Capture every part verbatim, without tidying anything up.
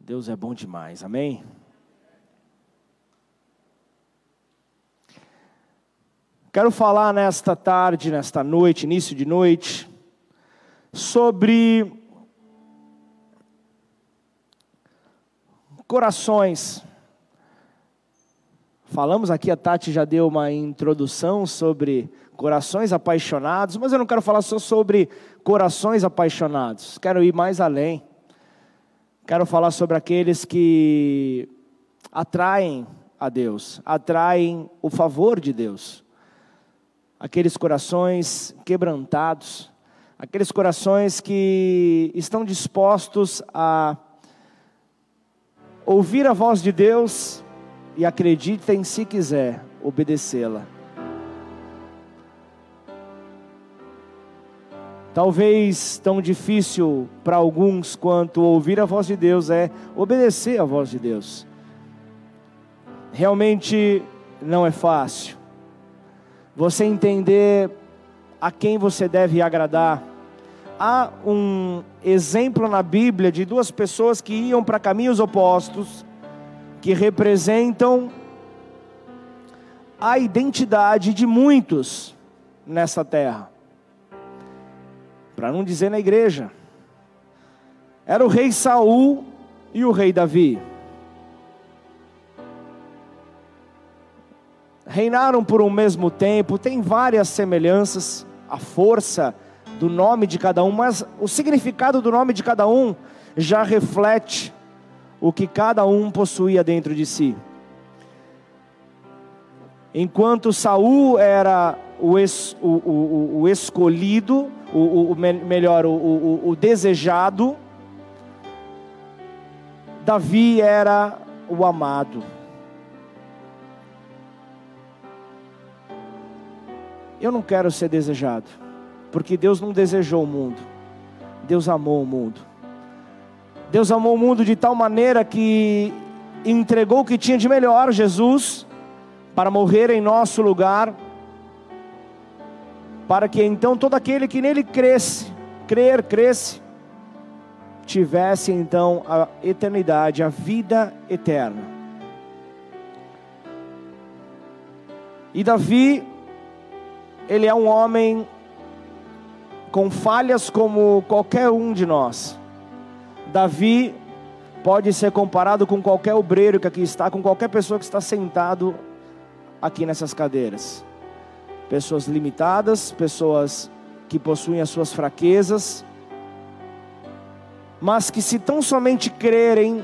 Deus é bom demais, amém? Quero falar nesta tarde, nesta noite, início de noite, sobre corações. Falamos aqui, a Tati já deu uma introdução sobre corações apaixonados, mas eu não quero falar só sobre corações apaixonados, quero ir mais além. Quero falar sobre aqueles que atraem a Deus, atraem o favor de Deus. Aqueles corações quebrantados, aqueles corações que estão dispostos a ouvir a voz de Deus e acreditem, se quiser, obedecê-la. Talvez tão difícil para alguns quanto ouvir a voz de Deus é obedecer a voz de Deus. Realmente não é fácil. Você entender a quem você deve agradar. Há um exemplo na Bíblia de duas pessoas que iam para caminhos opostos, que representam a identidade de muitos nessa terra. Para não dizer na igreja. Era o rei Saul e o rei Davi. Reinaram por um mesmo tempo, tem várias semelhanças, a força do nome de cada um, mas o significado do nome de cada um já reflete o que cada um possuía dentro de si. Enquanto Saul era o, es, o, o, o escolhido, o, o, o melhor, o, o, o desejado, Davi era o amado. Eu não quero ser desejado, porque Deus não desejou o mundo, Deus amou o mundo. Deus amou o mundo de tal maneira que entregou o que tinha de melhor, Jesus, para morrer em nosso lugar, para que então todo aquele que nele cresce, crer, cresce, tivesse então a eternidade, a vida eterna. E Davi, ele é um homem com falhas como qualquer um de nós. Davi pode ser comparado com qualquer obreiro que aqui está, com qualquer pessoa que está sentado aqui nessas cadeiras. Pessoas limitadas, pessoas que possuem as suas fraquezas, mas que se tão somente crerem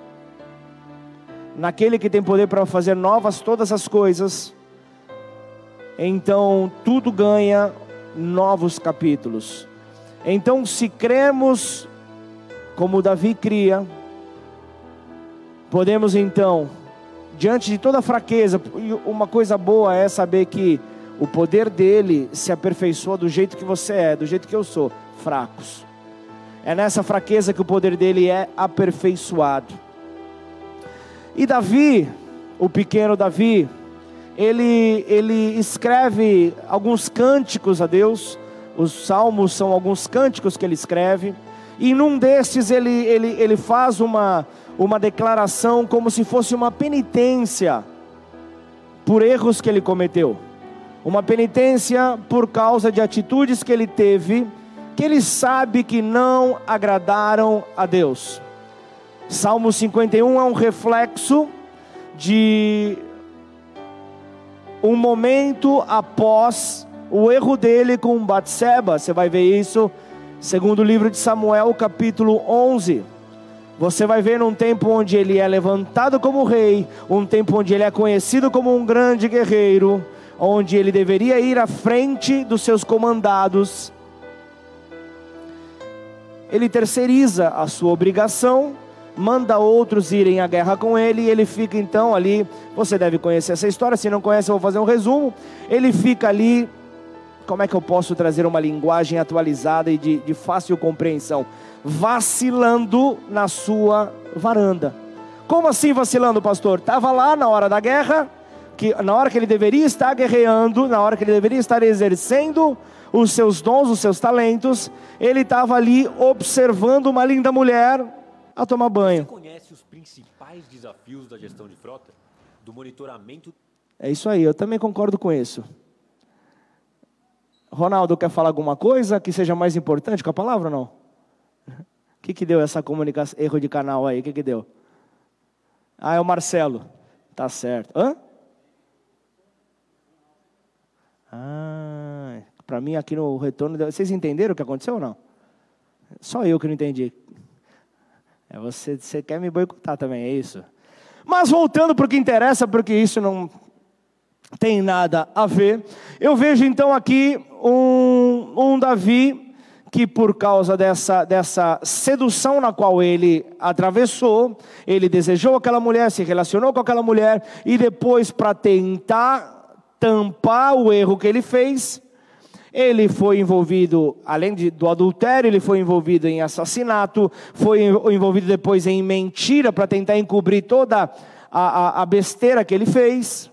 naquele que tem poder para fazer novas todas as coisas, então tudo ganha novos capítulos. Então, se cremos como Davi cria, podemos então, diante de toda fraqueza, uma coisa boa é saber que o poder dele se aperfeiçoa do jeito que você é, do jeito que eu sou, fracos. É nessa fraqueza que o poder dele é aperfeiçoado. E Davi, o pequeno Davi, ele, ele escreve alguns cânticos a Deus. Os salmos são alguns cânticos que ele escreve. E num desses ele, ele, ele faz uma, uma declaração como se fosse uma penitência por erros que ele cometeu. Uma penitência por causa de atitudes que ele teve, que ele sabe que não agradaram a Deus. Salmo cinquenta e um é um reflexo de um momento após o erro dele com Batseba. Você vai ver isso segundo o livro de Samuel, capítulo onze. Você vai ver num tempo onde ele é levantado como rei, um tempo onde ele é conhecido como um grande guerreiro, onde ele deveria ir à frente dos seus comandados. Ele terceiriza a sua obrigação, manda outros irem à guerra com ele, e ele fica então ali. Você deve conhecer essa história, se não conhece eu vou fazer um resumo. Ele fica ali, como é que eu posso trazer uma linguagem atualizada e de, de fácil compreensão? Vacilando na sua varanda. Como assim vacilando, pastor? Estava lá na hora da guerra, que na hora que ele deveria estar guerreando, na hora que ele deveria estar exercendo os seus dons, os seus talentos, ele estava ali observando uma linda mulher a tomar banho. conhece os principais desafios da gestão de frota? Do monitoramento? É isso aí, eu também concordo com isso. Ronaldo, quer falar alguma coisa que seja mais importante com a palavra ou não? O que que deu essa comunicação, erro de canal aí? O que que deu? Ah, é o Marcelo. Tá certo. Hã? Ah, para mim aqui no retorno... Vocês entenderam o que aconteceu ou não? Só eu que não entendi. É você, você quer me boicotar também, é isso? Mas voltando para o que interessa, porque isso não tem nada a ver. Eu vejo então aqui um, um Davi que por causa dessa, dessa sedução na qual ele atravessou, ele desejou aquela mulher, se relacionou com aquela mulher, e depois para tentar tampar o erro que ele fez, ele foi envolvido, além de, do adultério, ele foi envolvido em assassinato, foi envolvido depois em mentira para tentar encobrir toda a, a, a besteira que ele fez.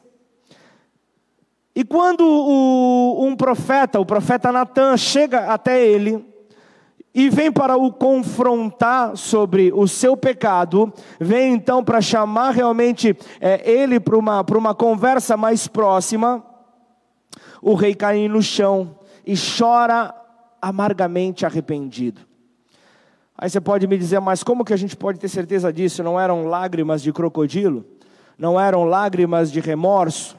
E quando o, um profeta, o profeta Natan, chega até ele e vem para o confrontar sobre o seu pecado, vem então para chamar realmente é, ele para uma, para uma conversa mais próxima, o rei cai no chão e chora amargamente arrependido. Aí você pode me dizer, mas como que a gente pode ter certeza disso? Não eram lágrimas de crocodilo? Não eram lágrimas de remorso?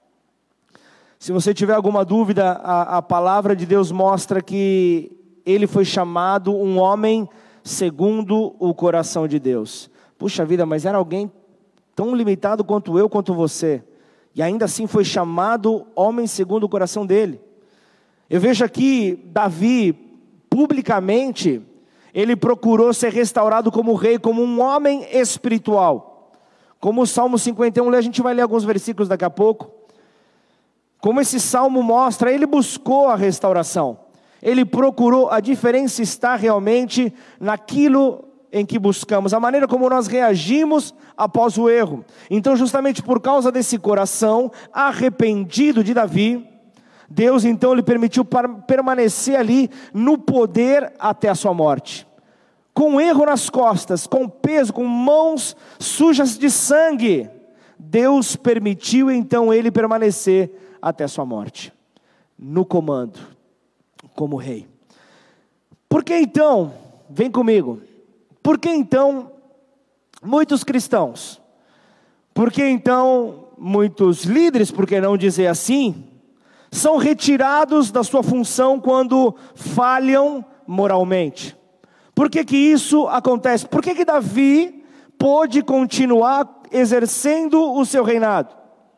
Se você tiver alguma dúvida, a, a palavra de Deus mostra que ele foi chamado um homem segundo o coração de Deus. Puxa vida, mas era alguém tão limitado quanto eu, quanto você. E ainda assim foi chamado homem segundo o coração dele. Eu vejo aqui Davi, publicamente, ele procurou ser restaurado como rei, como um homem espiritual. Como o Salmo cinquenta e um, a gente vai ler alguns versículos daqui a pouco. Como esse salmo mostra, ele buscou a restauração. Ele procurou, a diferença está realmente naquilo em que buscamos, a maneira como nós reagimos após o erro. Então, justamente por causa desse coração arrependido de Davi, Deus então lhe permitiu permanecer ali no poder até a sua morte. Com erro nas costas, com peso, com mãos sujas de sangue, Deus permitiu então ele permanecer até a sua morte, no comando, como rei. Por que então, vem comigo, por que então muitos cristãos, por que então muitos líderes, por que não dizer assim, são retirados da sua função quando falham moralmente? Por que que isso acontece? Por que que Davi pôde continuar exercendo o seu reinado?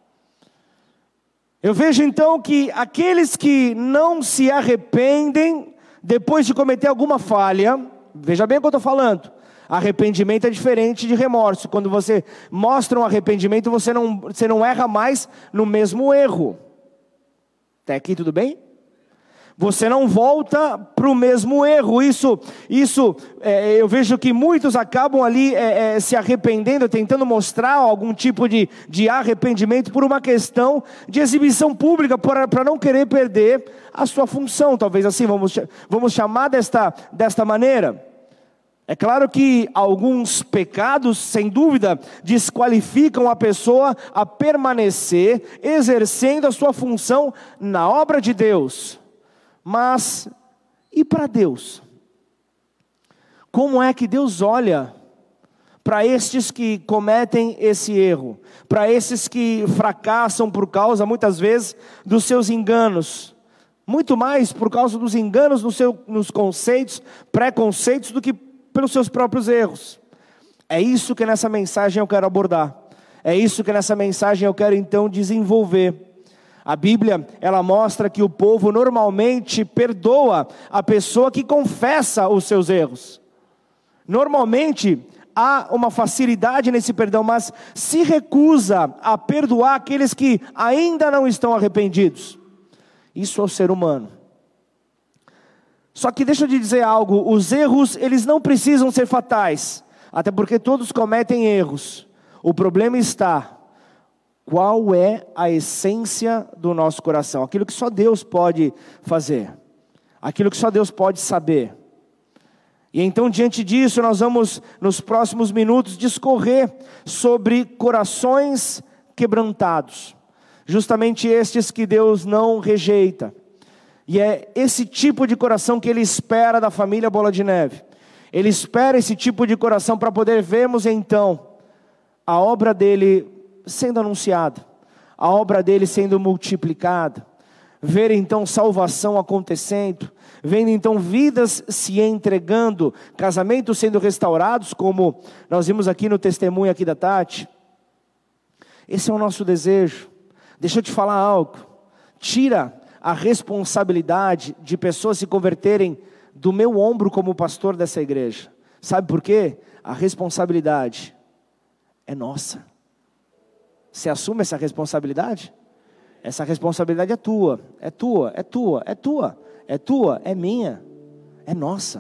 Eu vejo então que aqueles que não se arrependem depois de cometer alguma falha, veja bem o que eu estou falando, arrependimento é diferente de remorso. Quando você mostra um arrependimento, você não, você não erra mais no mesmo erro. Até aqui tudo bem? Você não volta para o mesmo erro. Isso, isso é, eu vejo que muitos acabam ali é, é, se arrependendo, tentando mostrar algum tipo de, de arrependimento por uma questão de exibição pública, para não querer perder a sua função. Talvez assim, vamos, vamos chamar desta, desta maneira. É claro que alguns pecados, sem dúvida, desqualificam a pessoa a permanecer exercendo a sua função na obra de Deus. Mas, e para Deus? Como é que Deus olha para estes que cometem esse erro? Para esses que fracassam por causa, muitas vezes, dos seus enganos? Muito mais por causa dos enganos no seu, nos conceitos, preconceitos, do que pelos seus próprios erros. É isso que nessa mensagem eu quero abordar. É isso que nessa mensagem eu quero então desenvolver. A Bíblia, ela mostra que o povo normalmente perdoa a pessoa que confessa os seus erros. Normalmente há uma facilidade nesse perdão, mas se recusa a perdoar aqueles que ainda não estão arrependidos. Isso é o ser humano. Só que deixa eu te dizer algo, os erros, eles não precisam ser fatais, até porque todos cometem erros. O problema está, qual é a essência do nosso coração? Aquilo que só Deus pode fazer, aquilo que só Deus pode saber. E então, diante disso, nós vamos, nos próximos minutos, discorrer sobre corações quebrantados. Justamente estes que Deus não rejeita. E é esse tipo de coração que Ele espera da família Bola de Neve. Ele espera esse tipo de coração para poder vermos então a obra dEle sendo anunciada, a obra dEle sendo multiplicada, ver então salvação acontecendo, vendo então vidas se entregando, casamentos sendo restaurados, como nós vimos aqui no testemunho aqui da Tati. Esse é o nosso desejo. Deixa eu te falar algo, tira a responsabilidade de pessoas se converterem do meu ombro como pastor dessa igreja. Sabe por quê? A responsabilidade é nossa. Você assume essa responsabilidade? Essa responsabilidade é tua, é tua, é tua, é tua, é tua, é minha, é nossa.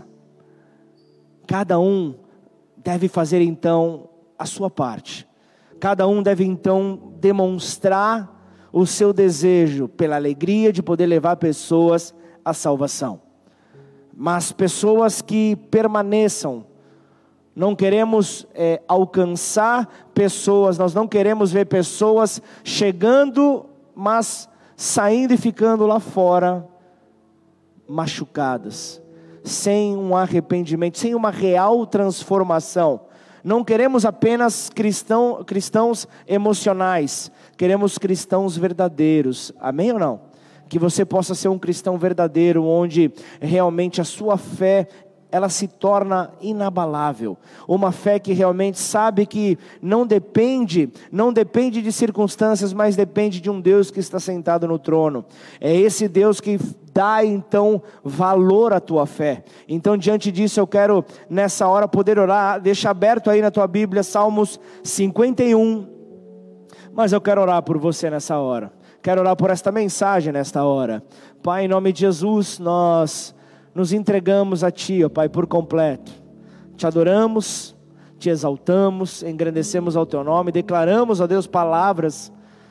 Cada um deve fazer então a sua parte. Cada um deve então demonstrar o seu desejo pela alegria de poder levar pessoas à salvação. Mas pessoas que permaneçam. Não queremos é, alcançar pessoas, nós não queremos ver pessoas chegando, mas saindo e ficando lá fora, machucadas, sem um arrependimento, sem uma real transformação. Não queremos apenas cristão, cristãos emocionais, queremos cristãos verdadeiros, amém ou não? Que você possa ser um cristão verdadeiro, onde realmente a sua fé, ela se torna inabalável, uma fé que realmente sabe que não depende, não depende de circunstâncias, mas depende de um Deus que está sentado no trono. É esse Deus que dá então valor à tua fé. Então, diante disso, eu quero nessa hora poder orar. Deixa aberto aí na tua Bíblia Salmos cinquenta e um, mas eu quero orar por você nessa hora, quero orar por esta mensagem nesta hora. Pai, em nome de Jesus, nós nos entregamos a Ti, ó Pai, por completo. Te adoramos, Te exaltamos, engrandecemos ao Teu nome, declaramos, ó Deus, palavras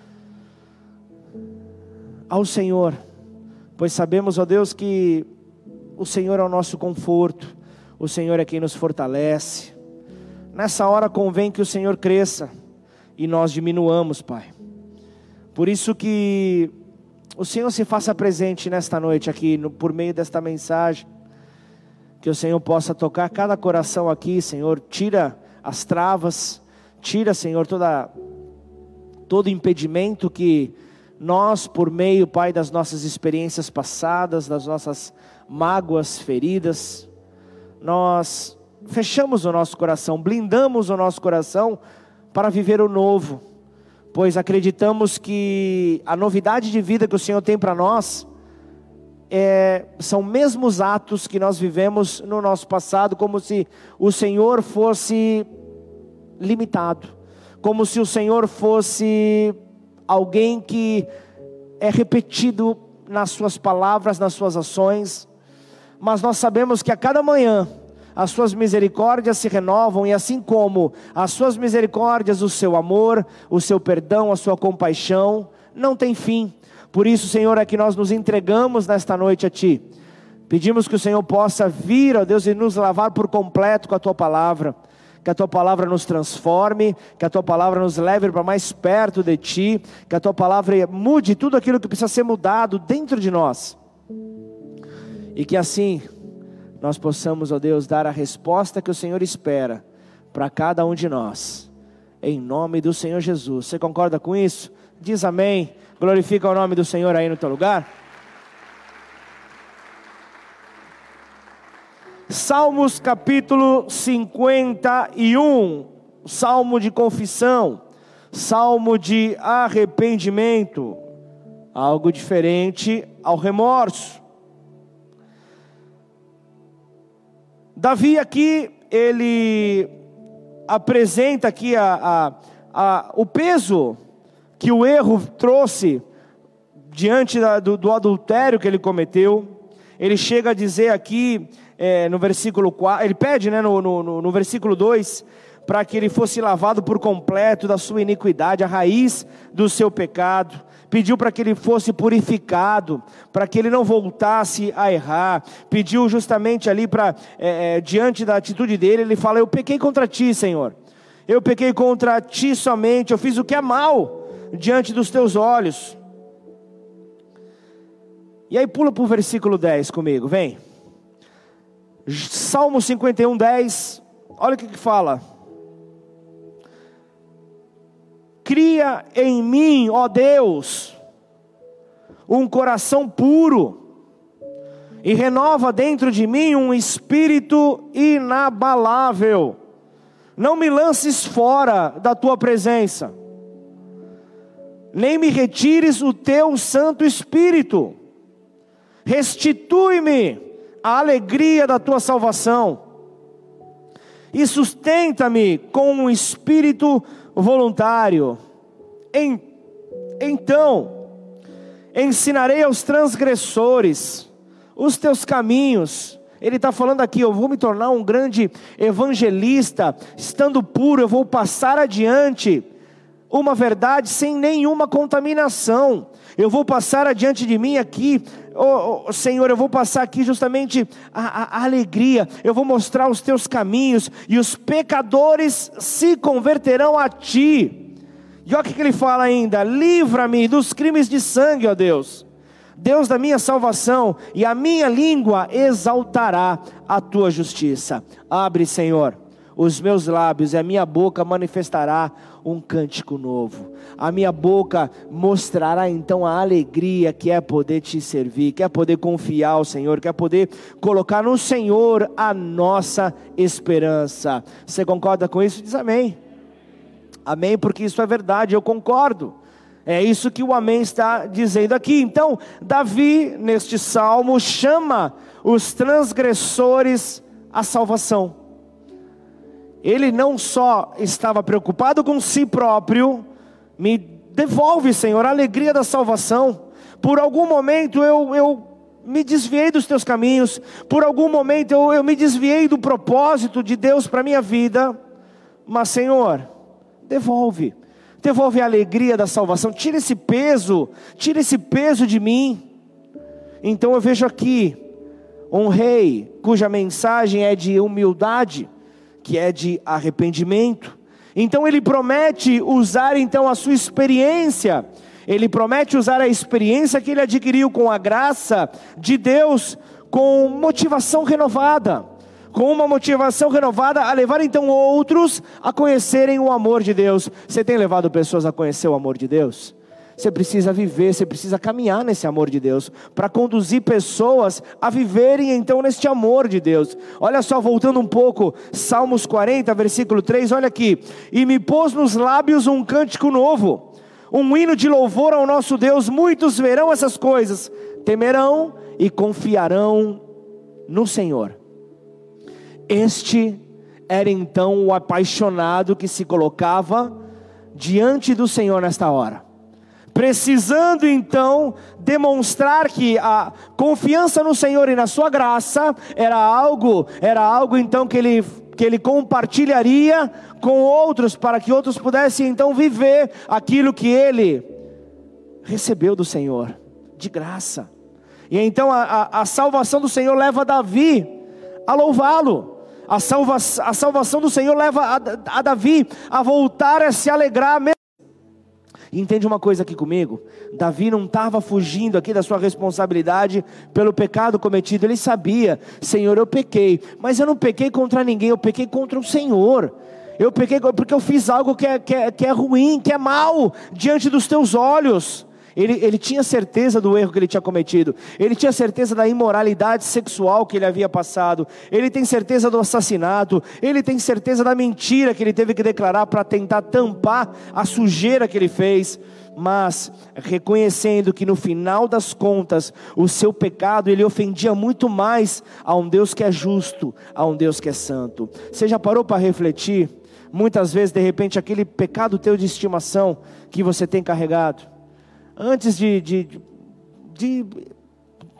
ao Senhor, pois sabemos, ó Deus, que o Senhor é o nosso conforto, o Senhor é quem nos fortalece. Nessa hora convém que o Senhor cresça e nós diminuamos, Pai. Por isso que o Senhor se faça presente nesta noite aqui, no, por meio desta mensagem. Que o Senhor possa tocar cada coração aqui, Senhor. Tira as travas, tira, Senhor, toda, todo impedimento que nós, por meio, Pai, das nossas experiências passadas, das nossas mágoas, feridas, nós fechamos o nosso coração, blindamos o nosso coração para viver o novo. Pois acreditamos que a novidade de vida que o Senhor tem para nós é, são mesmos atos que nós vivemos no nosso passado, como se o Senhor fosse limitado, como se o Senhor fosse alguém que é repetido nas suas palavras, nas suas ações. Mas nós sabemos que a cada manhã as suas misericórdias se renovam, e assim como as suas misericórdias, o seu amor, o seu perdão, a sua compaixão, não tem fim. Por isso, Senhor, é que nós nos entregamos nesta noite a Ti. Pedimos que o Senhor possa vir, ó Deus, e nos lavar por completo com a Tua palavra. Que a Tua palavra nos transforme, que a Tua palavra nos leve para mais perto de Ti, que a Tua palavra mude tudo aquilo que precisa ser mudado dentro de nós. E que assim nós possamos, ó Deus, dar a resposta que o Senhor espera para cada um de nós, em nome do Senhor Jesus. Você concorda com isso? Diz amém. Glorifica o nome do Senhor aí no teu lugar. Salmos capítulo cinquenta e um, salmo de confissão, salmo de arrependimento, algo diferente ao remorso. Davi aqui, ele apresenta aqui a, a, a, o peso que o erro trouxe diante da, do, do adultério que ele cometeu. Ele chega a dizer aqui, é, no versículo quatro, ele pede, né, no, no, no versículo dois, para que ele fosse lavado por completo da sua iniquidade, a raiz do seu pecado. Pediu para que ele fosse purificado, para que ele não voltasse a errar. Pediu justamente ali para, é, é, diante da atitude dele, ele fala: eu pequei contra ti, Senhor. Eu pequei contra ti somente, eu fiz o que é mal diante dos teus olhos. E aí pula para o versículo dez comigo, vem. Salmo cinquenta e um, dez, olha o que que fala. Cria em mim, ó Deus, um coração puro, e renova dentro de mim um espírito inabalável. Não me lances fora da tua presença, nem me retires o teu Santo Espírito. Restitui-me a alegria da tua salvação, e sustenta-me com um espírito voluntário. Então ensinarei aos transgressores os teus caminhos. Ele está falando aqui: eu vou me tornar um grande evangelista, estando puro, eu vou passar adiante uma verdade sem nenhuma contaminação. Eu vou passar adiante de mim aqui, oh, oh, Senhor, eu vou passar aqui justamente a, a, a alegria. Eu vou mostrar os teus caminhos, e os pecadores se converterão a ti. E olha o que ele fala ainda: livra-me dos crimes de sangue, ó Deus, Deus da minha salvação, e a minha língua exaltará a tua justiça. Abre, Senhor, os meus lábios, e a minha boca manifestará um cântico novo. A minha boca mostrará então a alegria que é poder te servir, que é poder confiar ao Senhor, que é poder colocar no Senhor a nossa esperança. Você concorda com isso? Diz amém. Amém, porque isso é verdade, eu concordo. É isso que o amém está dizendo aqui. Então, Davi, neste salmo, chama os transgressores à salvação. Ele não só estava preocupado com si próprio: me devolve, Senhor, a alegria da salvação. Por algum momento eu, eu me desviei dos teus caminhos, por algum momento eu, eu me desviei do propósito de Deus para a minha vida, mas Senhor, devolve, devolve a alegria da salvação, tira esse peso, tira esse peso de mim. Então eu vejo aqui um rei cuja mensagem é de humildade, que é de arrependimento. Então ele promete usar então a sua experiência, ele promete usar a experiência que ele adquiriu com a graça de Deus, com motivação renovada, com uma motivação renovada a levar então outros a conhecerem o amor de Deus. Você tem levado pessoas a conhecer o amor de Deus? Você precisa viver, você precisa caminhar nesse amor de Deus, para conduzir pessoas a viverem então neste amor de Deus. Olha só, voltando um pouco, Salmos quarenta, versículo três, olha aqui: e me pôs nos lábios um cântico novo, um hino de louvor ao nosso Deus. Muitos verão essas coisas, temerão e confiarão no Senhor. Este era então o apaixonado que se colocava diante do Senhor nesta hora, precisando então demonstrar que a confiança no Senhor e na sua graça era algo, era algo então que ele, que ele compartilharia com outros, para que outros pudessem então viver aquilo que ele recebeu do Senhor, de graça. E então a, a, a salvação do Senhor leva Davi a louvá-lo. A, salva, a salvação do Senhor leva a, a Davi a voltar a se alegrar mesmo. Entende uma coisa aqui comigo? Davi não estava fugindo aqui da sua responsabilidade pelo pecado cometido. Ele sabia: Senhor, eu pequei, mas eu não pequei contra ninguém, eu pequei contra o Senhor. Eu pequei porque eu fiz algo que é, que é, que é ruim, que é mal diante dos teus olhos. Ele, ele tinha certeza do erro que ele tinha cometido. Ele tinha certeza da imoralidade sexual que ele havia passado. Ele tem certeza do assassinato. Ele tem certeza da mentira que ele teve que declarar para tentar tampar a sujeira que ele fez. Mas reconhecendo que no final das contas o seu pecado, ele ofendia muito mais a um Deus que é justo, a um Deus que é santo. Você já parou para refletir? Muitas vezes de repente aquele pecado teu de estimação que você tem carregado, antes de, de, de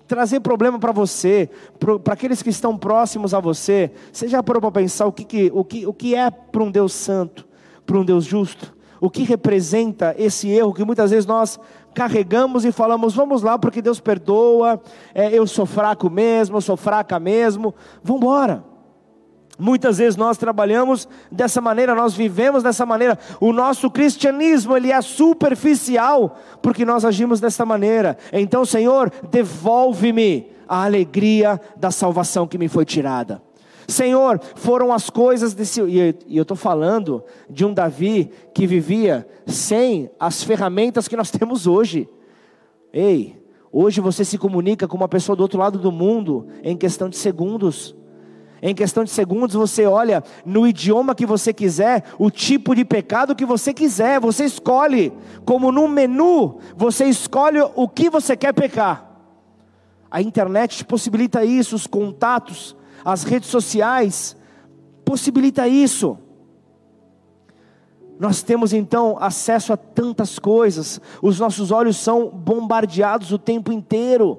trazer problema para você, para aqueles que estão próximos a você. Você já parou para pensar o que, que, o que, o que é para um Deus santo, para um Deus justo? O que representa esse erro que muitas vezes nós carregamos e falamos, vamos lá porque Deus perdoa, é, eu sou fraco mesmo, eu sou fraca mesmo, vamos embora. Muitas vezes nós trabalhamos dessa maneira, nós vivemos dessa maneira. O nosso cristianismo, ele é superficial, porque nós agimos dessa maneira. Então, Senhor, devolve-me a alegria da salvação que me foi tirada. Senhor, foram as coisas desse... E eu estou falando de um Davi que vivia sem as ferramentas que nós temos hoje. Ei, hoje você se comunica com uma pessoa do outro lado do mundo em questão de segundos. Em questão de segundos você olha no idioma que você quiser, o tipo de pecado que você quiser, você escolhe, como num menu, você escolhe o que você quer pecar. A internet te possibilita isso, os contatos, as redes sociais, possibilita isso. Nós temos então acesso a tantas coisas, os nossos olhos são bombardeados o tempo inteiro.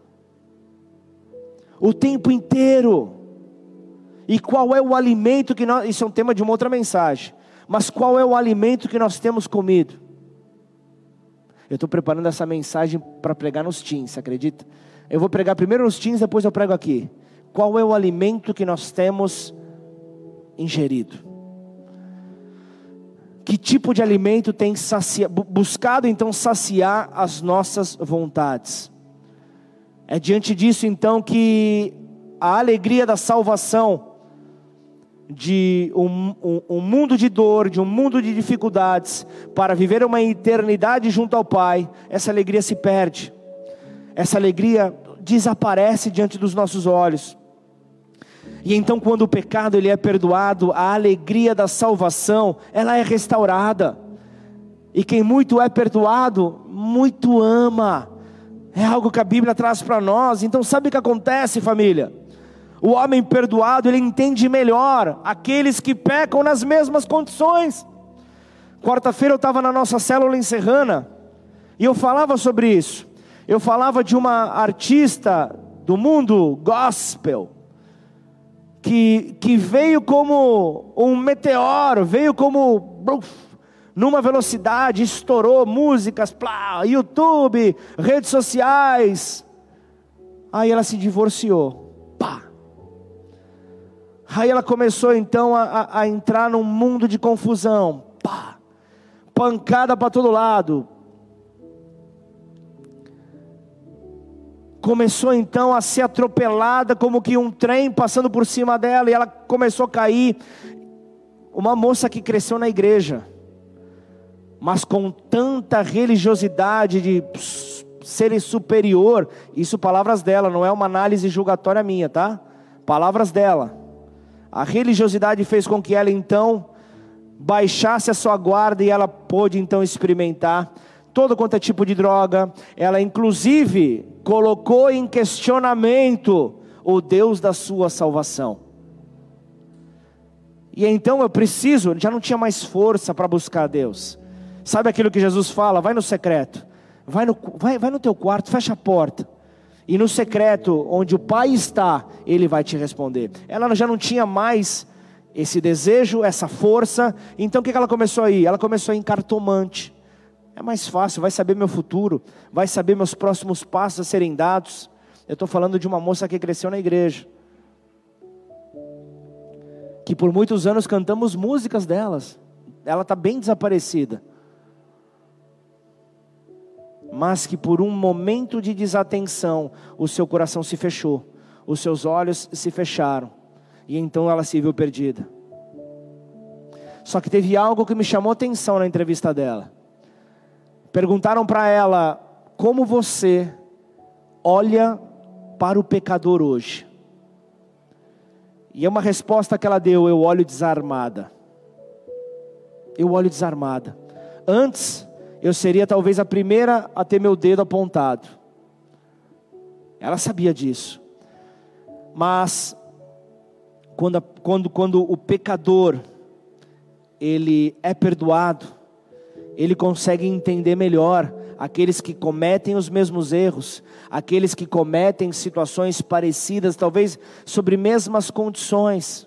O tempo inteiro. E qual é o alimento que nós... Isso é um tema de uma outra mensagem. Mas qual é o alimento que nós temos comido? Eu estou preparando essa mensagem para pregar nos teens, você acredita? Eu vou pregar primeiro nos teens, depois eu prego aqui. Qual é o alimento que nós temos ingerido? Que tipo de alimento tem sacia... buscado então saciar as nossas vontades? É diante disso então que a alegria da salvação, de um, um, um mundo de dor, de um mundo de dificuldades, para viver uma eternidade junto ao Pai, essa alegria se perde, essa alegria desaparece diante dos nossos olhos. E então quando o pecado ele é perdoado, a alegria da salvação, ela é restaurada. E quem muito é perdoado, muito ama. É algo que a Bíblia traz para nós. Então sabe o que acontece, família? O homem perdoado, ele entende melhor aqueles que pecam nas mesmas condições. Quarta-feira eu estava na nossa célula em Serrana, e eu falava sobre isso. Eu falava de uma artista do mundo gospel, que, que veio como um meteoro, veio como numa velocidade, estourou músicas, plá, YouTube, redes sociais. Aí ela se divorciou. Aí ela começou então a, a, a entrar num mundo de confusão. Pá, pancada para todo lado. Começou então a ser atropelada como que um trem passando por cima dela. E ela começou a cair. Uma moça que cresceu na igreja, mas com tanta religiosidade de pss, ser superior. Isso palavras dela, não é uma análise julgatória minha, tá? Palavras dela. A religiosidade fez com que ela então baixasse a sua guarda, e ela pôde então experimentar todo quanto é tipo de droga. Ela inclusive colocou em questionamento o Deus da sua salvação. E então eu preciso, já não tinha mais força para buscar a Deus. Sabe aquilo que Jesus fala? Vai no secreto, vai no, vai, vai no teu quarto, fecha a porta. E no secreto, onde o Pai está, Ele vai te responder. Ela já não tinha mais esse desejo, essa força. Então o que ela começou a ir? Ela começou a ir em cartomante. É mais fácil, vai saber meu futuro, vai saber meus próximos passos a serem dados. Eu estou falando de uma moça que cresceu na igreja, que por muitos anos cantamos músicas delas. Ela está bem desaparecida, mas que por um momento de desatenção, o seu coração se fechou, os seus olhos se fecharam, e então ela se viu perdida. Só que teve algo que me chamou a atenção na entrevista dela. Perguntaram para ela: como você olha para o pecador hoje? E é uma resposta que ela deu: eu olho desarmada. Eu olho desarmada. Antes eu seria talvez a primeira a ter meu dedo apontado. Ela sabia disso. Mas quando, quando, quando o pecador ele é perdoado, ele consegue entender melhor aqueles que cometem os mesmos erros, aqueles que cometem situações parecidas, talvez sobre mesmas condições.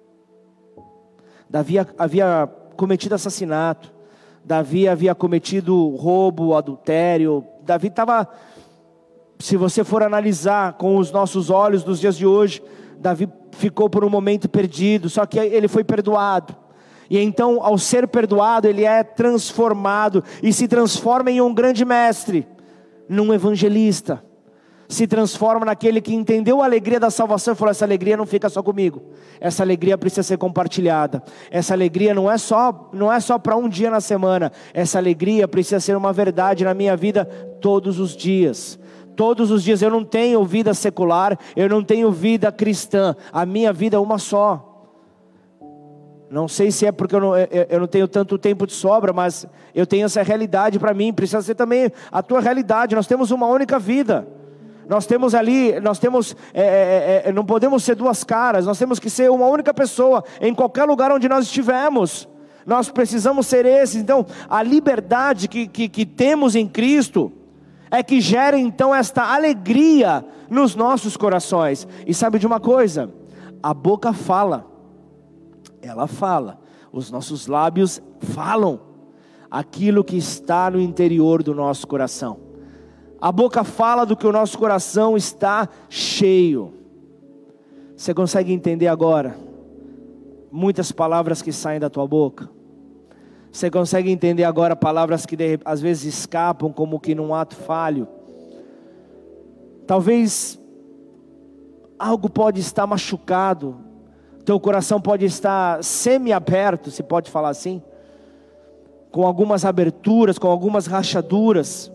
Davi havia cometido assassinato, Davi havia cometido roubo, adultério. Davi estava, se você for analisar com os nossos olhos dos dias de hoje, Davi ficou por um momento perdido, só que ele foi perdoado. E então, ao ser perdoado, ele é transformado e se transforma em um grande mestre, num evangelista. Se transforma naquele que entendeu a alegria da salvação e falou: essa alegria não fica só comigo, essa alegria precisa ser compartilhada. Essa alegria não é só, não é só para um dia na semana, essa alegria precisa ser uma verdade na minha vida todos os dias. Todos os dias. Eu não tenho vida secular, eu não tenho vida cristã, a minha vida é uma só. Não sei se é porque eu não, eu, eu não tenho tanto tempo de sobra, mas eu tenho essa realidade para mim, precisa ser também a tua realidade. Nós temos uma única vida, nós temos ali, nós temos, é, é, é, não podemos ser duas caras, nós temos que ser uma única pessoa, em qualquer lugar onde nós estivermos, nós precisamos ser esses. Então, a liberdade que, que, que temos em Cristo, é que gera então esta alegria nos nossos corações. E sabe de uma coisa? A boca fala, ela fala, os nossos lábios falam aquilo que está no interior do nosso coração. A boca fala do que o nosso coração está cheio. Você consegue entender agora muitas palavras que saem da tua boca? Você consegue entender agora palavras que de, às vezes escapam como que num ato falho? Talvez algo pode estar machucado, teu coração pode estar semi-aberto, se pode falar assim, com algumas aberturas, com algumas rachaduras.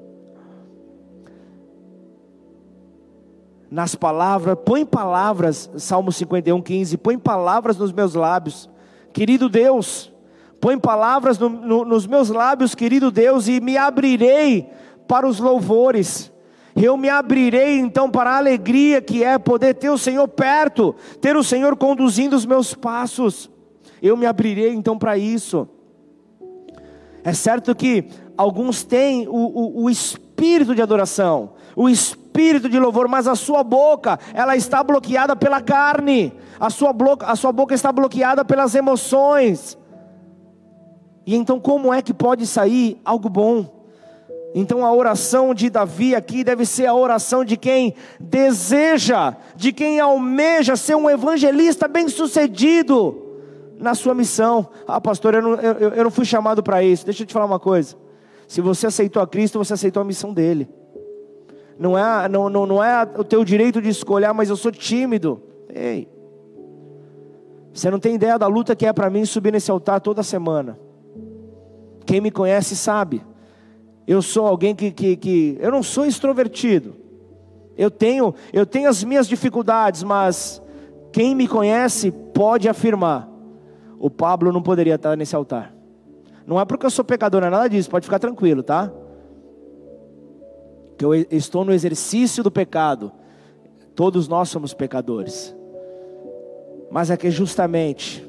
Nas palavras, põe palavras, Salmo cinquenta e um, quinze, põe palavras nos meus lábios, querido Deus, põe palavras no, no, nos meus lábios, querido Deus, e me abrirei para os louvores. Eu me abrirei então para a alegria que é poder ter o Senhor perto, ter o Senhor conduzindo os meus passos. Eu me abrirei então para isso. É certo que alguns têm o, o, o espírito de adoração, o espírito de louvor, mas a sua boca, ela está bloqueada pela carne, a sua, blo- a sua boca está bloqueada pelas emoções. E então como é que pode sair algo bom? Então a oração de Davi aqui deve ser a oração de quem deseja, de quem almeja ser um evangelista bem sucedido na sua missão. Ah, pastor, eu não, eu, eu não fui chamado para isso. Deixa eu te falar uma coisa, se você aceitou a Cristo, você aceitou a missão dele. Não é, não, não, não é o teu direito de escolher, mas eu sou tímido. Ei, você não tem ideia da luta que é para mim subir nesse altar toda semana. Quem me conhece sabe, eu sou alguém que, que, que eu não sou extrovertido, eu tenho, eu tenho as minhas dificuldades, mas quem me conhece pode afirmar, o Pablo não poderia estar nesse altar. Não é porque eu sou pecador, não é nada disso, pode ficar tranquilo, tá? Que eu estou no exercício do pecado, todos nós somos pecadores, mas é que justamente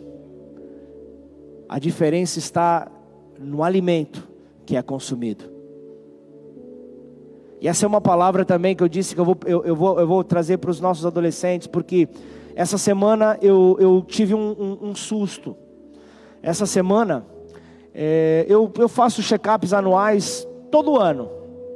a diferença está no alimento que é consumido. E essa é uma palavra também que eu disse que eu vou, eu, eu vou, eu vou trazer para os nossos adolescentes, porque essa semana eu, eu tive um, um, um susto. Essa semana é, eu, eu faço check-ups anuais todo ano.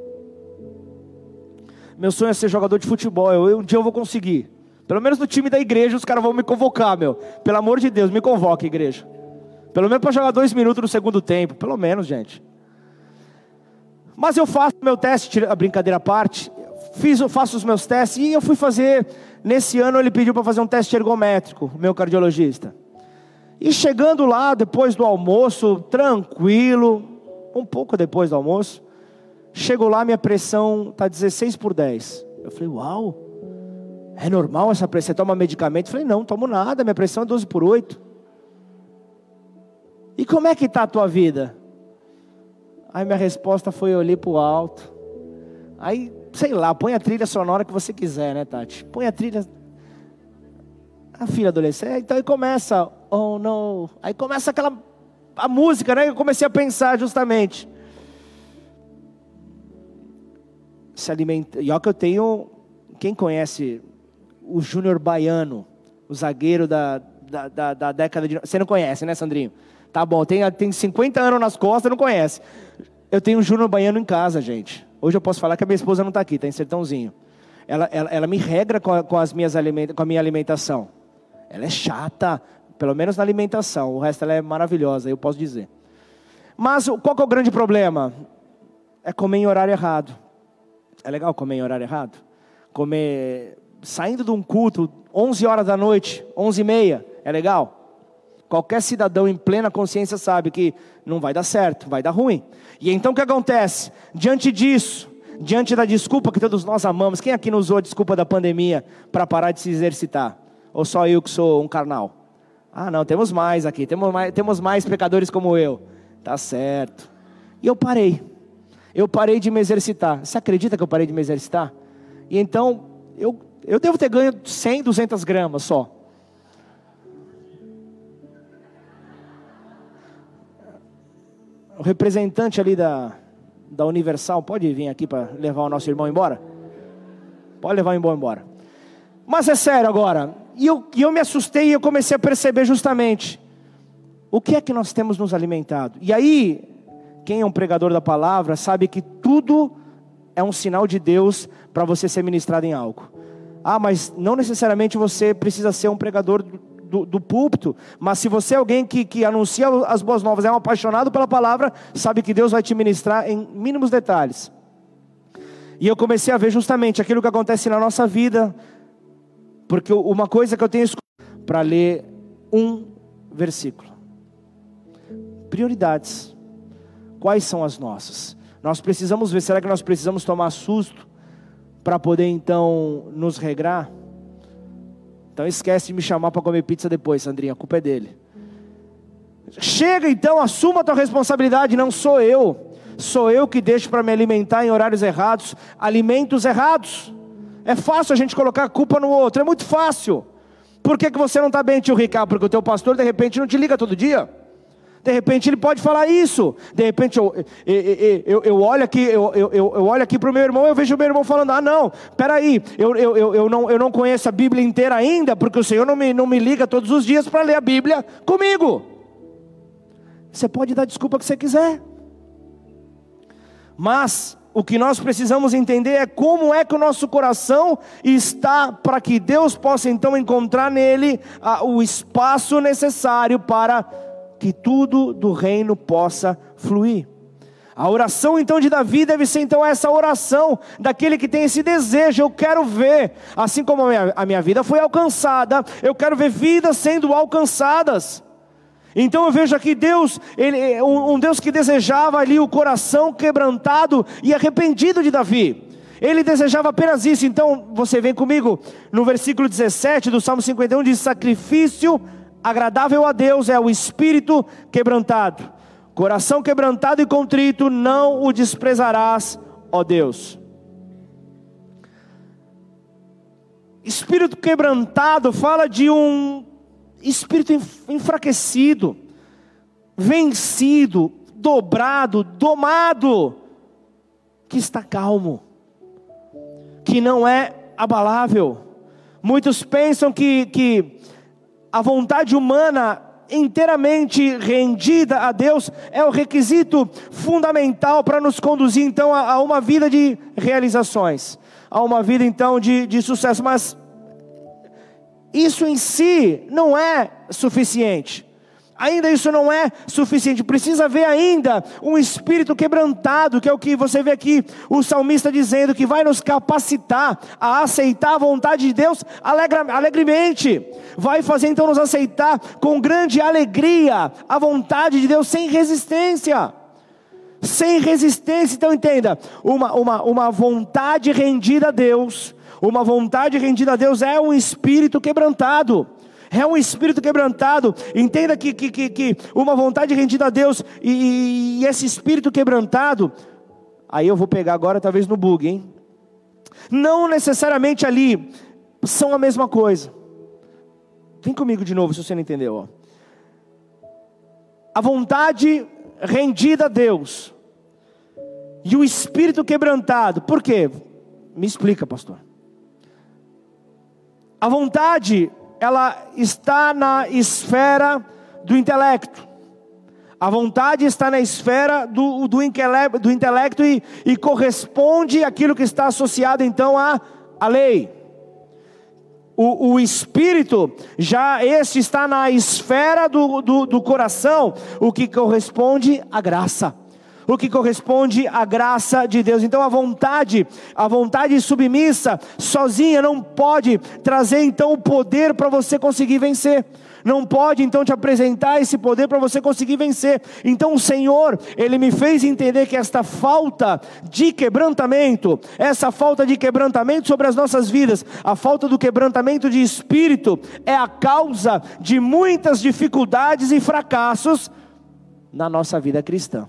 Meu sonho é ser jogador de futebol, eu, um dia eu vou conseguir. Pelo menos no time da igreja os caras vão me convocar, meu. Pelo amor de Deus, me convoca, igreja. Pelo menos para jogar dois minutos no segundo tempo, pelo menos, gente. Mas eu faço meu teste, a brincadeira à parte, fiz, eu faço os meus testes, e eu fui fazer, nesse ano ele pediu para fazer um teste ergométrico, o meu cardiologista. E chegando lá, depois do almoço, tranquilo, um pouco depois do almoço, chego lá, minha pressão está dezesseis por dez. Eu falei, uau, é normal essa pressão? Você toma medicamento? Eu falei, não, tomo nada, minha pressão é doze por oito. E como é que está a tua vida? Aí minha resposta foi, eu olhei para o alto. Aí, sei lá, põe a trilha sonora que você quiser, né, Tati? Põe a trilha... A filha adolescente, então aí começa, oh não. Aí começa aquela, a música, né? Eu comecei a pensar justamente. se alimenta. E olha que eu tenho, quem conhece o Júnior Baiano, o zagueiro da, da, da, da década de... Você não conhece, né, Sandrinho? Tá bom, tem, tem cinquenta anos nas costas, não conhece. Eu tenho um Júnior Baiano em casa, gente. Hoje eu posso falar que a minha esposa não está aqui, está em Sertãozinho. Ela, ela, ela me regra com a, com, as minhas aliment... com a minha alimentação. Ela é chata, pelo menos na alimentação. O resto ela é maravilhosa, eu posso dizer. Mas qual que é o grande problema? É comer em horário errado. É legal comer em horário errado? Comer saindo de um culto, onze horas da noite, onze e meia, é legal? Qualquer cidadão em plena consciência sabe que não vai dar certo, vai dar ruim. E então o que acontece? Diante disso, diante da desculpa que todos nós amamos, quem aqui não usou a desculpa da pandemia para parar de se exercitar? Ou só eu que sou um carnal? Ah não, temos mais aqui, temos mais, temos mais pecadores como eu. Tá certo. E eu parei. Eu parei de me exercitar. Você acredita que eu parei de me exercitar? E então, eu, eu devo ter ganho cem, duzentas gramas só. O representante ali da, da Universal, pode vir aqui para levar o nosso irmão embora? Pode levar o irmão embora. Mas é sério agora. E eu, e eu me assustei e eu comecei a perceber justamente o que é que nós temos nos alimentado. E aí, quem é um pregador da palavra sabe que tudo é um sinal de Deus para você ser ministrado em algo. Ah, mas não necessariamente você precisa ser um pregador do, do, do púlpito, mas se você é alguém que, que anuncia as boas novas, é um apaixonado pela palavra, sabe que Deus vai te ministrar em mínimos detalhes. E eu comecei a ver justamente aquilo que acontece na nossa vida, porque uma coisa que eu tenho escolhido para ler um versículo. Prioridades. Quais são as nossas? Nós precisamos ver, será que nós precisamos tomar susto para poder então nos regrar? Então esquece de me chamar para comer pizza depois, Sandrinha, a culpa é dele. Chega então, assuma a tua responsabilidade, não sou eu. Sou eu que deixo para me alimentar em horários errados, alimentos errados. É fácil a gente colocar a culpa no outro, é muito fácil. Por que que você não está bem, tio Ricardo? Porque o teu pastor de repente não te liga todo dia. De repente ele pode falar isso. De repente eu, eu, eu, eu, eu olho aqui, eu, eu, eu olho aqui para o meu irmão, eu vejo o meu irmão falando, ah não, peraí, eu, eu, eu, eu, não, eu não conheço a Bíblia inteira ainda, porque o Senhor não me, não me liga todos os dias para ler a Bíblia comigo. Você pode dar desculpa que você quiser. Mas o que nós precisamos entender é como é que o nosso coração está para que Deus possa então encontrar nele ah, o espaço necessário para que tudo do reino possa fluir. A oração então de Davi deve ser então essa oração daquele que tem esse desejo. Eu quero ver, assim como a minha, a minha vida foi alcançada, eu quero ver vidas sendo alcançadas. Então eu vejo aqui Deus, ele, um, um Deus que desejava ali o coração quebrantado e arrependido de Davi. Ele desejava apenas isso. Então você vem comigo no versículo dezessete do Salmo cinquenta e um, diz: sacrifício agradável a Deus é o espírito quebrantado, coração quebrantado e contrito não o desprezarás, ó Deus. Espírito quebrantado fala de um espírito enfraquecido, vencido, dobrado, domado, que está calmo, que não é abalável. Muitos pensam que, que a vontade humana inteiramente rendida a Deus é o requisito fundamental para nos conduzir então a, a uma vida de realizações, a uma vida então de, de sucesso. Mas isso em si não é suficiente. Ainda isso não é suficiente. Precisa haver ainda um espírito quebrantado, que é o que você vê aqui o salmista dizendo, que vai nos capacitar a aceitar a vontade de Deus alegre, alegremente. Vai fazer então nos aceitar com grande alegria a vontade de Deus, sem resistência. Sem resistência. Então entenda, uma, uma, uma vontade rendida a Deus, uma vontade rendida a Deus é um espírito quebrantado. É um espírito quebrantado. Entenda que, que, que, que uma vontade rendida a Deus e, e esse espírito quebrantado, aí eu vou pegar agora talvez no bug, hein? Não necessariamente ali são a mesma coisa. Vem comigo de novo se você não entendeu. Ó. A vontade rendida a Deus e o espírito quebrantado. Por quê? Me explica, pastor. A vontade, ela está na esfera do intelecto. A vontade está na esfera do, do, intelecto, do intelecto e, e corresponde àquilo que está associado então à, à lei. O, o espírito, já este está na esfera do, do, do coração, o que corresponde à graça. O que corresponde à graça de Deus. Então a vontade, a vontade submissa, sozinha não pode trazer então o poder para você conseguir vencer. Não pode então te apresentar esse poder para você conseguir vencer. Então o Senhor, Ele me fez entender que esta falta de quebrantamento, essa falta de quebrantamento sobre as nossas vidas, a falta do quebrantamento de espírito, é a causa de muitas dificuldades e fracassos na nossa vida cristã.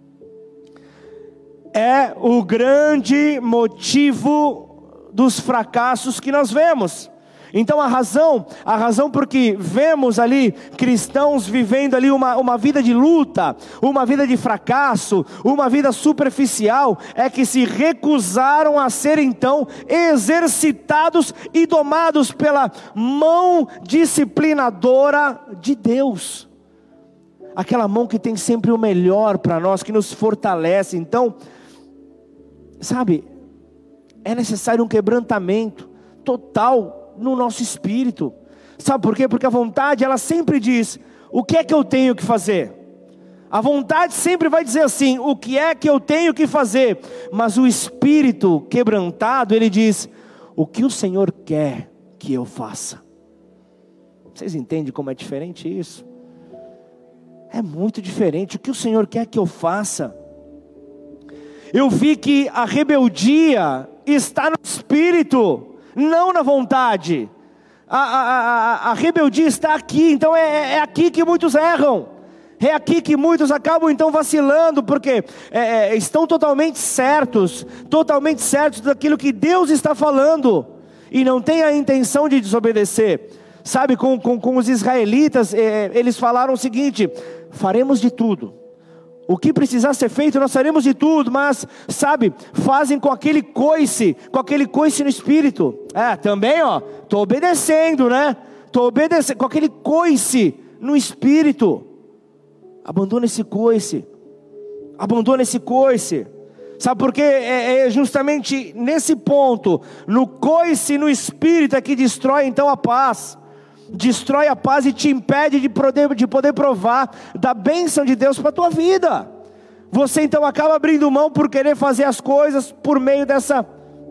É o grande motivo dos fracassos que nós vemos. Então a razão, a razão porque vemos ali cristãos vivendo ali uma, uma vida de luta, uma vida de fracasso, uma vida superficial, é que se recusaram a ser então exercitados e domados pela mão disciplinadora de Deus. Aquela mão que tem sempre o melhor para nós, que nos fortalece. Então, sabe, é necessário um quebrantamento total no nosso espírito. Sabe por quê? Porque a vontade, ela sempre diz, o que é que eu tenho que fazer? A vontade sempre vai dizer assim, o que é que eu tenho que fazer? Mas o espírito quebrantado, ele diz, o que o Senhor quer que eu faça? Vocês entendem como é diferente isso? É muito diferente. O que o Senhor quer que eu faça? Eu vi que a rebeldia está no espírito, não na vontade. A, a, a, a rebeldia está aqui. Então é, é aqui que muitos erram. É aqui que muitos acabam então vacilando, porque é, é, estão totalmente certos, totalmente certos daquilo que Deus está falando, e não tem a intenção de desobedecer. Sabe, com, com, com os israelitas, é, eles falaram o seguinte, faremos de tudo. O que precisar ser feito, nós faremos de tudo, mas, sabe, fazem com aquele coice, com aquele coice no espírito. É, também, ó, estou obedecendo, né? Estou obedecendo, com aquele coice no espírito. Abandona esse coice. Abandona esse coice. Sabe por quê? É, é justamente nesse ponto, no coice no espírito, é que destrói então a paz. Destrói a paz e te impede de poder, de poder provar da bênção de Deus para a tua vida. Você então acaba abrindo mão por querer fazer as coisas por meio dessa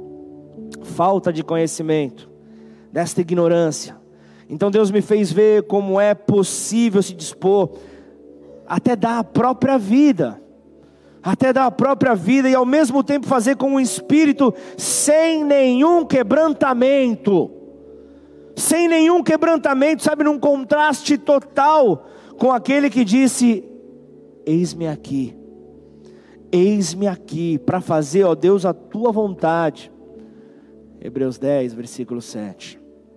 falta de conhecimento, desta ignorância. Então Deus me fez ver como é possível se dispor até dar a própria vida, até dar a própria vida e ao mesmo tempo fazer com o espírito sem nenhum quebrantamento. Sem nenhum quebrantamento, sabe, num contraste total com aquele que disse, eis-me aqui, eis-me aqui, para fazer, ó Deus, a tua vontade. Hebreus dez, versículo sete.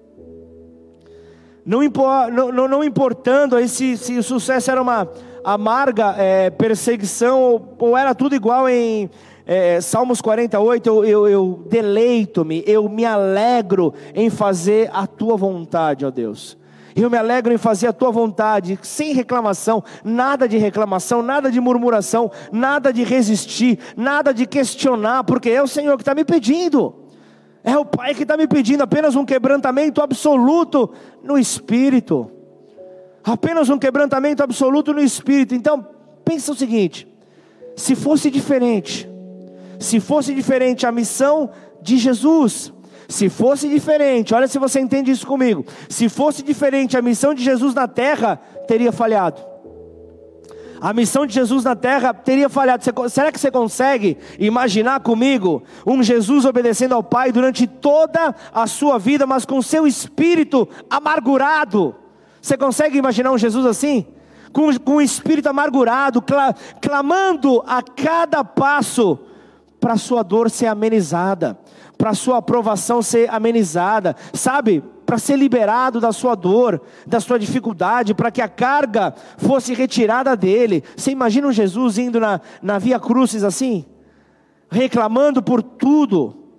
Não, não, não, não importando aí se, se o sucesso era uma amarga é, perseguição, ou, ou era tudo igual em... É, Salmos quarenta e oito, eu, eu, eu deleito-me, eu me alegro em fazer a tua vontade, ó Deus. Eu me alegro em fazer a tua vontade, sem reclamação, nada de reclamação, nada de murmuração, nada de resistir, nada de questionar, porque é o Senhor que está me pedindo, é o Pai que está me pedindo, apenas um quebrantamento absoluto no Espírito, apenas um quebrantamento absoluto no Espírito. Então, pensa o seguinte, se fosse diferente, se fosse diferente a missão de Jesus, se fosse diferente, olha se você entende isso comigo, se fosse diferente a missão de Jesus na terra, teria falhado. A missão de Jesus na terra teria falhado. Você, será que você consegue imaginar comigo um Jesus obedecendo ao Pai durante toda a sua vida, mas com seu espírito amargurado? Você consegue imaginar um Jesus assim? Com, com o espírito amargurado, cla, clamando a cada passo para a sua dor ser amenizada, para a sua aprovação ser amenizada, sabe? Para ser liberado da sua dor, da sua dificuldade, para que a carga fosse retirada dele. Você imagina um Jesus indo na, na Via Crucis assim? Reclamando por tudo,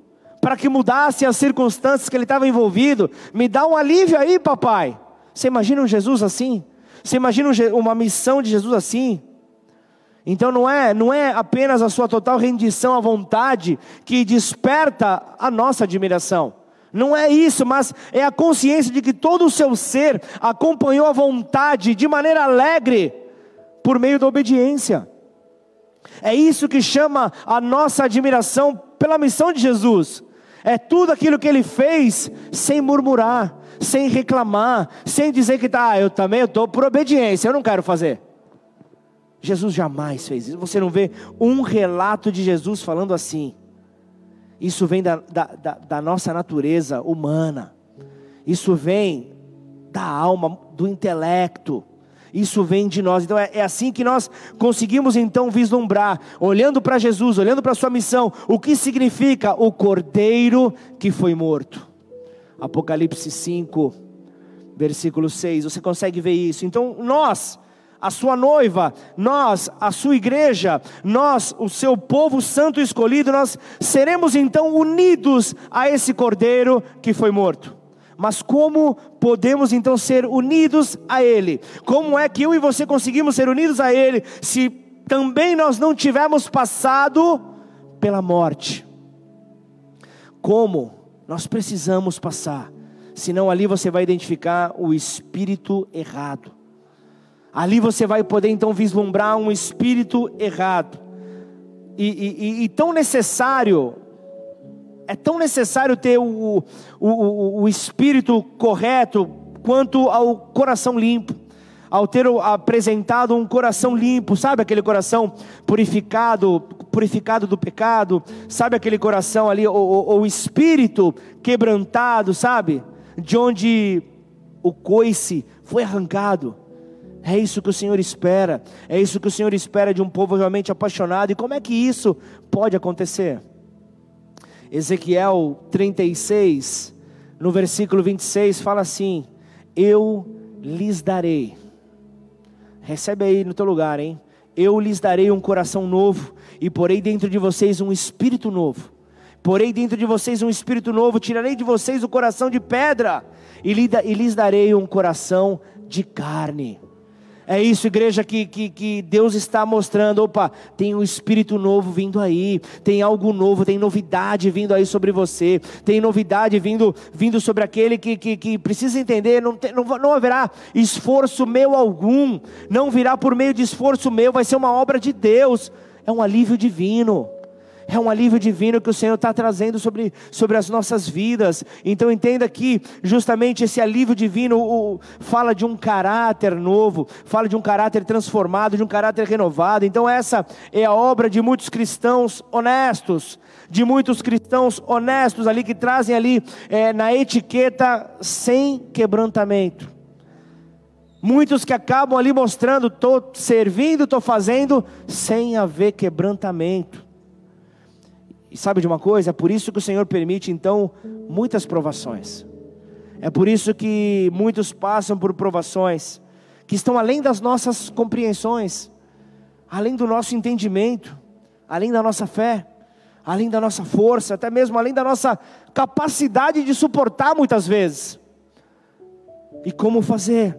para que mudasse as circunstâncias que ele estava envolvido. Me dá um alívio aí, papai. Você imagina um Jesus assim? Você imagina uma missão de Jesus assim? Então não é, não é apenas a sua total rendição à vontade que desperta a nossa admiração. Não é isso, mas é a consciência de que todo o seu ser acompanhou a vontade de maneira alegre, por meio da obediência. É isso que chama a nossa admiração pela missão de Jesus. É tudo aquilo que ele fez sem murmurar, sem reclamar, sem dizer que tá, ah, eu também estou por obediência, eu não quero fazer. Jesus jamais fez isso. Você não vê um relato de Jesus falando assim. Isso vem da, da, da, da nossa natureza humana. Isso vem da alma, do intelecto. Isso vem de nós. Então é, é assim que nós conseguimos então vislumbrar, olhando para Jesus, olhando para a sua missão, o que significa o Cordeiro que foi morto. Apocalipse cinco, versículo seis, você consegue ver isso. Então nós, a sua noiva, nós, a sua igreja, nós, o seu povo santo escolhido, nós seremos então unidos a esse Cordeiro que foi morto. Mas como podemos então ser unidos a Ele? Como é que eu e você conseguimos ser unidos a Ele, se também nós não tivermos passado pela morte? Como? Nós precisamos passar, senão ali você vai identificar o espírito errado. Ali você vai poder então vislumbrar um espírito errado. E, e, e tão necessário, é tão necessário ter o, o, o, o espírito correto, quanto ao coração limpo. Ao ter apresentado um coração limpo, sabe aquele coração purificado, purificado do pecado, sabe aquele coração ali, o, o, o espírito quebrantado, sabe? De onde o coice foi arrancado. É isso que o Senhor espera, é isso que o Senhor espera de um povo realmente apaixonado. E como é que isso pode acontecer? Ezequiel trinta e seis, no versículo vinte e seis, fala assim: eu lhes darei, recebe aí no teu lugar, hein? Eu lhes darei um coração novo, e porei dentro de vocês um espírito novo. Porei dentro de vocês um espírito novo, tirarei de vocês o coração de pedra, e lhes darei um coração de carne. É isso, igreja, que, que, que Deus está mostrando. Opa, tem um espírito novo vindo aí, tem algo novo, tem novidade vindo aí sobre você, tem novidade vindo, vindo sobre aquele que, que, que precisa entender, não, tem, não, não haverá esforço meu algum, não virá por meio de esforço meu, vai ser uma obra de Deus, é um alívio divino. É um alívio divino que o Senhor está trazendo sobre, sobre as nossas vidas. Então entenda que justamente esse alívio divino o, fala de um caráter novo, fala de um caráter transformado, de um caráter renovado. Então essa é a obra de muitos cristãos honestos, de muitos cristãos honestos ali, que trazem ali é, na etiqueta sem quebrantamento. Muitos que acabam ali mostrando, estou servindo, estou fazendo, sem haver quebrantamento. E sabe de uma coisa? É por isso que o Senhor permite então muitas provações. É por isso que muitos passam por provações que estão além das nossas compreensões, além do nosso entendimento, além da nossa fé, além da nossa força, até mesmo além da nossa capacidade de suportar muitas vezes. E como fazer?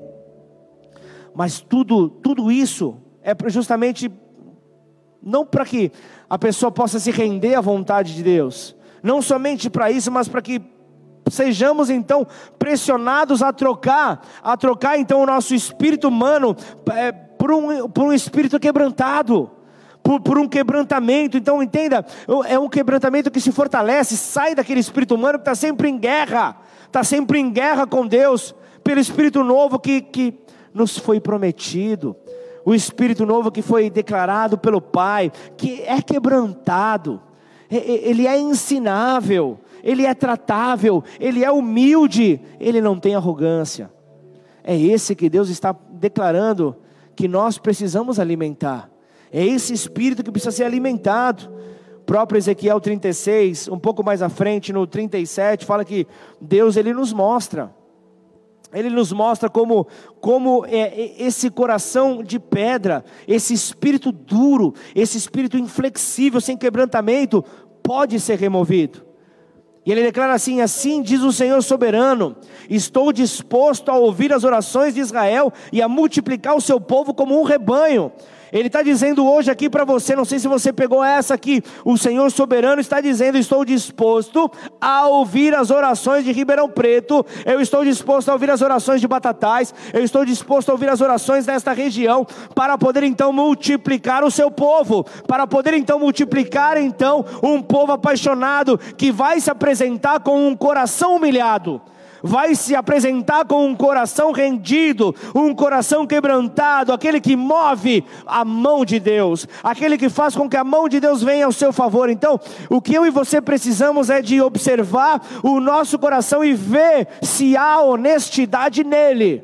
Mas tudo, tudo isso é justamente não para que a pessoa possa se render à vontade de Deus, não somente para isso, mas para que sejamos então pressionados a trocar, a trocar então o nosso espírito humano é, por, um, por um espírito quebrantado, por, por um quebrantamento. Então entenda, é um quebrantamento que se fortalece, sai daquele espírito humano que está sempre em guerra, está sempre em guerra com Deus, pelo espírito novo que, que nos foi prometido. O Espírito novo que foi declarado pelo Pai, que é quebrantado, ele é ensinável, ele é tratável, ele é humilde, ele não tem arrogância. É esse que Deus está declarando que nós precisamos alimentar. É esse Espírito que precisa ser alimentado. O próprio Ezequiel trinta e seis, um pouco mais à frente, no trinta e sete, fala que Deus ele nos mostra. Ele nos mostra como, como é, esse coração de pedra, esse espírito duro, esse espírito inflexível, sem quebrantamento, pode ser removido. E ele declara assim: assim diz o Senhor soberano, estou disposto a ouvir as orações de Israel e a multiplicar o seu povo como um rebanho. Ele está dizendo hoje aqui para você, não sei se você pegou essa aqui, o Senhor soberano está dizendo: estou disposto a ouvir as orações de Ribeirão Preto, eu estou disposto a ouvir as orações de Batatais, eu estou disposto a ouvir as orações desta região, para poder então multiplicar o seu povo, para poder então multiplicar então um povo apaixonado, que vai se apresentar com um coração humilhado, vai se apresentar com um coração rendido, um coração quebrantado, aquele que move a mão de Deus, aquele que faz com que a mão de Deus venha ao seu favor. Então, o que eu e você precisamos é de observar o nosso coração e ver se há honestidade nele.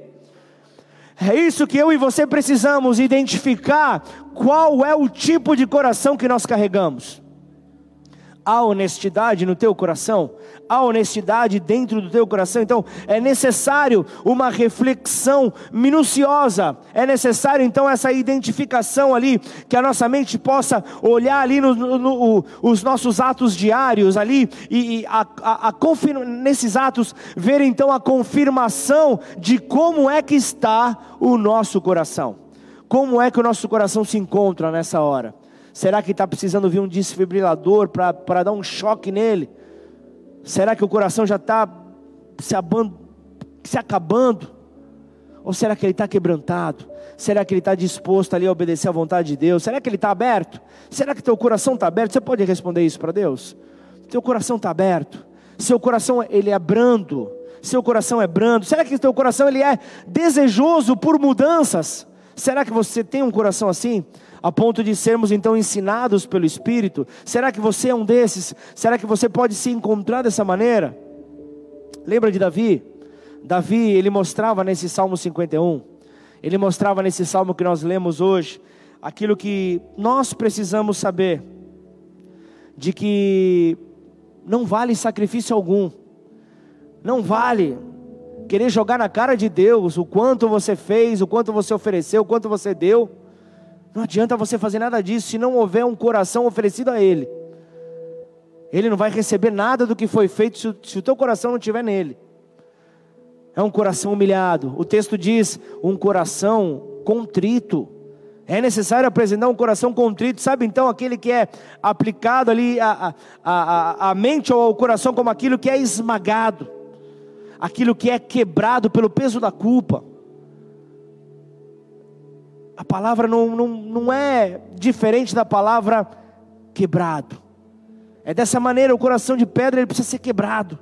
É isso que eu e você precisamos, identificar qual é o tipo de coração que nós carregamos. Há honestidade no teu coração? Há honestidade dentro do teu coração? Então é necessário uma reflexão minuciosa, é necessário então essa identificação ali, que a nossa mente possa olhar ali no, no, no, os nossos atos diários ali, e, e a, a, a confirma, nesses atos, ver então a confirmação de como é que está o nosso coração, como é que o nosso coração se encontra nessa hora. Será que está precisando vir um desfibrilador para dar um choque nele? Será que o coração já está se, se acabando? Ou será que ele está quebrantado? Será que ele está disposto ali a obedecer à vontade de Deus? Será que ele está aberto? Será que teu coração está aberto? Você pode responder isso para Deus? Teu coração está aberto? Seu coração ele é brando? Seu coração é brando? Será que teu coração ele é desejoso por mudanças? Será que você tem um coração assim, a ponto de sermos então ensinados pelo Espírito? Será que você é um desses? Será que você pode se encontrar dessa maneira? Lembra de Davi? Davi, ele mostrava nesse Salmo cinquenta e um, ele mostrava nesse Salmo que nós lemos hoje, aquilo que nós precisamos saber, de que não vale sacrifício algum, não vale querer jogar na cara de Deus o quanto você fez, o quanto você ofereceu, o quanto você deu. Não adianta você fazer nada disso se não houver um coração oferecido a Ele. Ele não vai receber nada do que foi feito se o, se o teu coração não estiver nele. É um coração humilhado. O texto diz, um coração contrito. É necessário apresentar um coração contrito. Sabe então aquele que é aplicado ali a, a, a, a mente ou ao coração como aquilo que é esmagado, aquilo que é quebrado pelo peso da culpa. A palavra não, não, não é diferente da palavra quebrado. É dessa maneira, o coração de pedra ele precisa ser quebrado.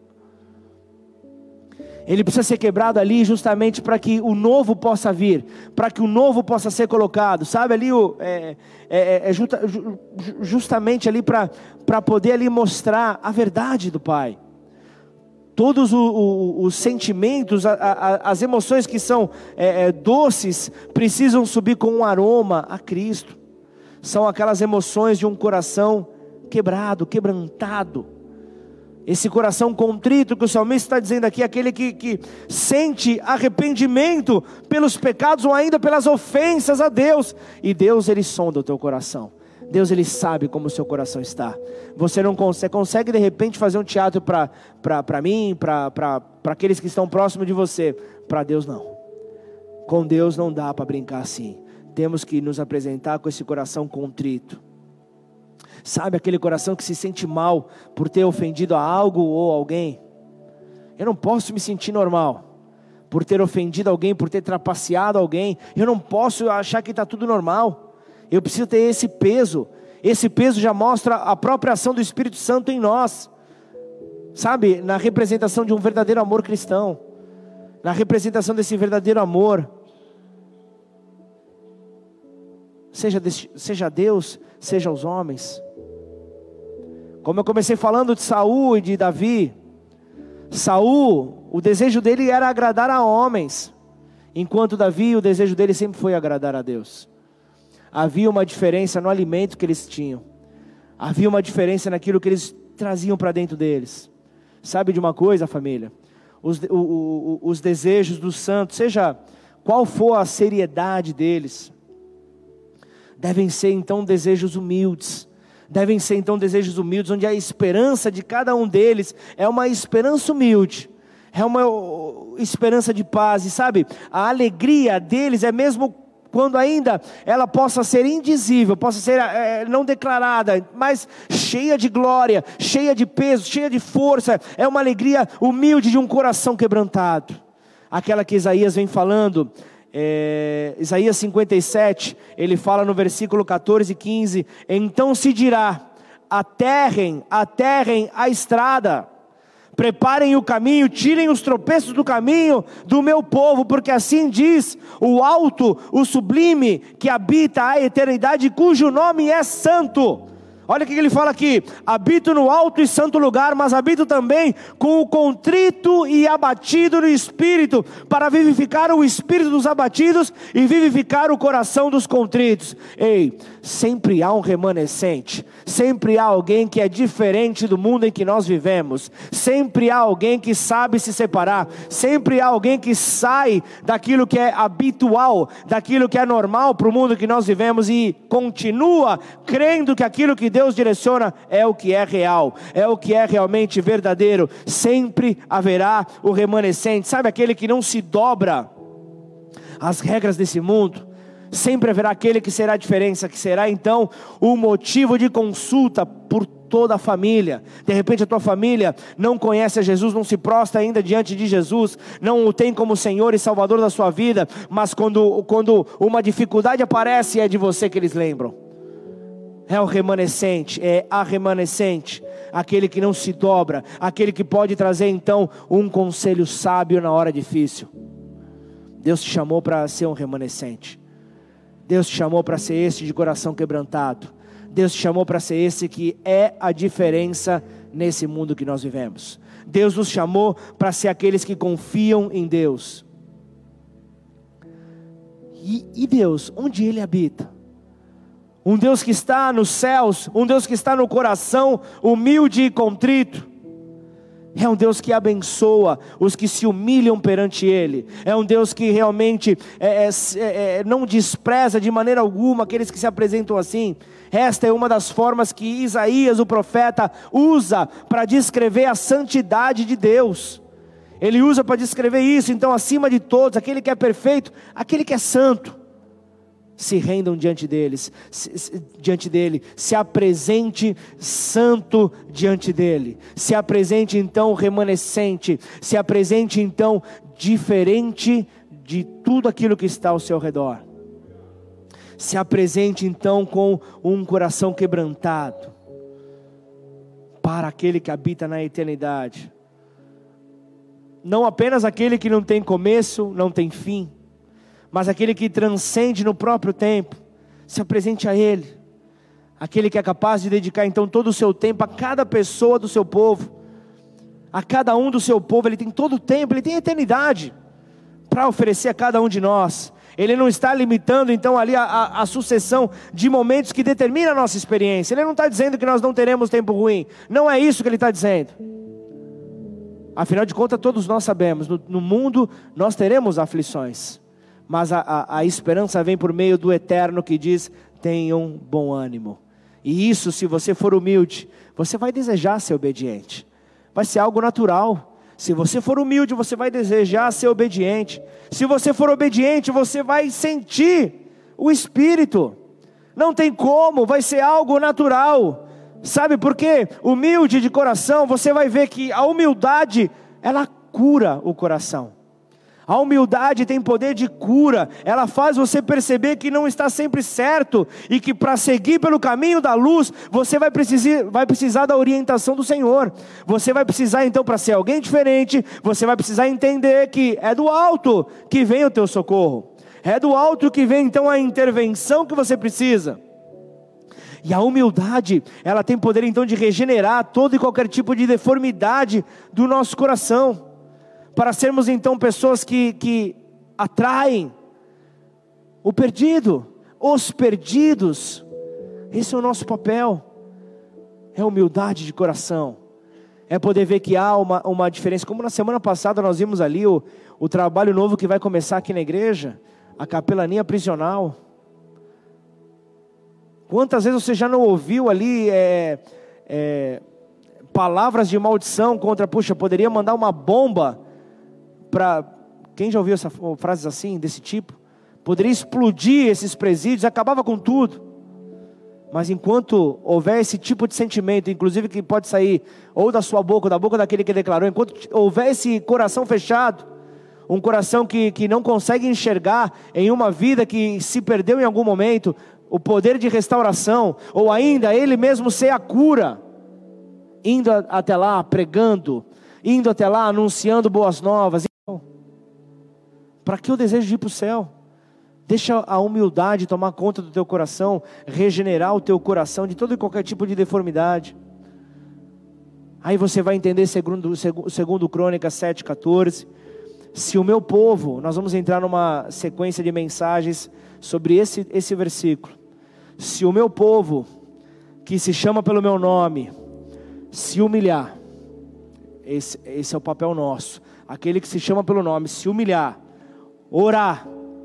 Ele precisa ser quebrado ali justamente para que o novo possa vir, para que o novo possa ser colocado, sabe, ali o, é, é, é justa, justamente ali para poder ali mostrar a verdade do Pai. Todos os, os, os sentimentos, a, a, as emoções que são é, é, doces, precisam subir com um aroma a Cristo. São aquelas emoções de um coração quebrado, quebrantado. Esse coração contrito que o salmista está dizendo aqui, aquele que, que sente arrependimento pelos pecados ou ainda pelas ofensas a Deus. E Deus ele sonda o teu coração. Deus ele sabe como o seu coração está. Você não consegue, consegue de repente fazer um teatro para mim, para aqueles que estão próximos de você. Para Deus não. Com Deus não dá para brincar assim. Temos que nos apresentar com esse coração contrito. Sabe aquele coração que se sente mal por ter ofendido a algo ou alguém? Eu não posso me sentir normal por ter ofendido alguém, por ter trapaceado alguém. Eu não posso achar que está tudo normal. Eu preciso ter esse peso. Esse peso já mostra a própria ação do Espírito Santo em nós. Sabe, na representação de um verdadeiro amor cristão. Na representação desse verdadeiro amor. Seja, seja Deus, seja os homens. Como eu comecei falando de Saul e de Davi. Saul, o desejo dele era agradar a homens. Enquanto Davi, o desejo dele sempre foi agradar a Deus. Havia uma diferença no alimento que eles tinham. Havia uma diferença naquilo que eles traziam para dentro deles. Sabe de uma coisa, família? Os, o, o, os desejos dos santos, seja qual for a seriedade deles, devem ser então desejos humildes. Devem ser então desejos humildes, onde a esperança de cada um deles é uma esperança humilde, é uma esperança de paz. E sabe, a alegria deles é mesmo quando ainda ela possa ser indizível, possa ser é, não declarada, mas cheia de glória, cheia de peso, cheia de força. É uma alegria humilde de um coração quebrantado. Aquela que Isaías vem falando, é, Isaías cinquenta e sete, ele fala no versículo catorze e quinze, então se dirá, aterrem, aterrem a estrada, preparem o caminho, tirem os tropeços do caminho do meu povo, porque assim diz o alto, o sublime, que habita a eternidade, cujo nome é santo. Olha o que ele fala aqui: habito no alto e santo lugar, mas habito também com o contrito e abatido no espírito, para vivificar o espírito dos abatidos e vivificar o coração dos contritos. Ei, sempre há um remanescente, sempre há alguém que é diferente do mundo em que nós vivemos, sempre há alguém que sabe se separar, sempre há alguém que sai daquilo que é habitual, daquilo que é normal para o mundo que nós vivemos e continua crendo que aquilo que Deus Deus direciona é o que é real, é o que é realmente verdadeiro. Sempre haverá o remanescente, sabe, aquele que não se dobra às regras desse mundo. Sempre haverá aquele que será a diferença, que será então o motivo de consulta por toda a família. De repente a tua família não conhece a Jesus, não se prostra ainda diante de Jesus, não o tem como Senhor e Salvador da sua vida, mas quando, quando uma dificuldade aparece, é de você que eles lembram. É o remanescente, é a remanescente, aquele que não se dobra, aquele que pode trazer então um conselho sábio na hora difícil. Deus te chamou para ser um remanescente, Deus te chamou para ser esse de coração quebrantado, Deus te chamou para ser esse que é a diferença nesse mundo que nós vivemos. Deus nos chamou para ser aqueles que confiam em Deus. E, e Deus, onde Ele habita? Um Deus que está nos céus, um Deus que está no coração humilde e contrito. É um Deus que abençoa os que se humilham perante Ele. É um Deus que realmente é, é, é, não despreza de maneira alguma aqueles que se apresentam assim. Esta é uma das formas que Isaías, o profeta, usa para descrever a santidade de Deus. Ele usa para descrever isso. Então, acima de todos, aquele que é perfeito, aquele que é santo, se rendam diante deles, se, se, diante dele, se apresente santo diante dele, se apresente então remanescente, se apresente então diferente de tudo aquilo que está ao seu redor, se apresente então com um coração quebrantado, para aquele que habita na eternidade, não apenas aquele que não tem começo, não tem fim, mas aquele que transcende no próprio tempo. Se apresente a Ele, aquele que é capaz de dedicar então todo o seu tempo a cada pessoa do seu povo, a cada um do seu povo. Ele tem todo o tempo, Ele tem a eternidade para oferecer a cada um de nós. Ele não está limitando então ali a, a, a sucessão de momentos que determina a nossa experiência. Ele não está dizendo que nós não teremos tempo ruim, não é isso que Ele está dizendo. Afinal de contas, todos nós sabemos, no, no mundo nós teremos aflições, mas a, a, a esperança vem por meio do eterno que diz: tenham bom ânimo. E isso, se você for humilde, você vai desejar ser obediente, vai ser algo natural. Se você for humilde, você vai desejar ser obediente. Se você for obediente, você vai sentir o Espírito. Não tem como, vai ser algo natural. Sabe por quê? Humilde de coração, você vai ver que a humildade, ela cura o coração. A humildade tem poder de cura, ela faz você perceber que não está sempre certo, e que para seguir pelo caminho da luz, você vai precisar, vai precisar da orientação do Senhor. Você vai precisar então, para ser alguém diferente, você vai precisar entender que é do alto que vem o teu socorro, é do alto que vem então a intervenção que você precisa. E a humildade, ela tem poder então de regenerar todo e qualquer tipo de deformidade do nosso coração, para sermos então pessoas que, que atraem o perdido, os perdidos. Esse é o nosso papel, é humildade de coração, é poder ver que há uma, uma diferença. Como na semana passada nós vimos ali o, o trabalho novo que vai começar aqui na igreja, a capelania prisional. Quantas vezes você já não ouviu ali é, é, palavras de maldição contra, puxa, poderia mandar uma bomba para... Quem já ouviu essa, frases assim, desse tipo? Poderia explodir esses presídios, acabava com tudo. Mas enquanto houver esse tipo de sentimento, inclusive que pode sair ou da sua boca, ou da boca daquele que declarou, enquanto houver esse coração fechado, um coração que, que não consegue enxergar em uma vida que se perdeu em algum momento, o poder de restauração, ou ainda Ele mesmo ser a cura, indo até lá pregando, indo até lá anunciando boas novas. Para que o desejo de ir para o céu? Deixa a humildade tomar conta do teu coração, regenerar o teu coração de todo e qualquer tipo de deformidade. Aí você vai entender segundo, segundo Crônicas sete, quatorze. Se o meu povo, nós vamos entrar numa sequência de mensagens sobre esse, esse versículo. Se o meu povo, que se chama pelo meu nome, se humilhar, esse, esse é o papel nosso. Aquele que se chama pelo nome, se humilhar, orar,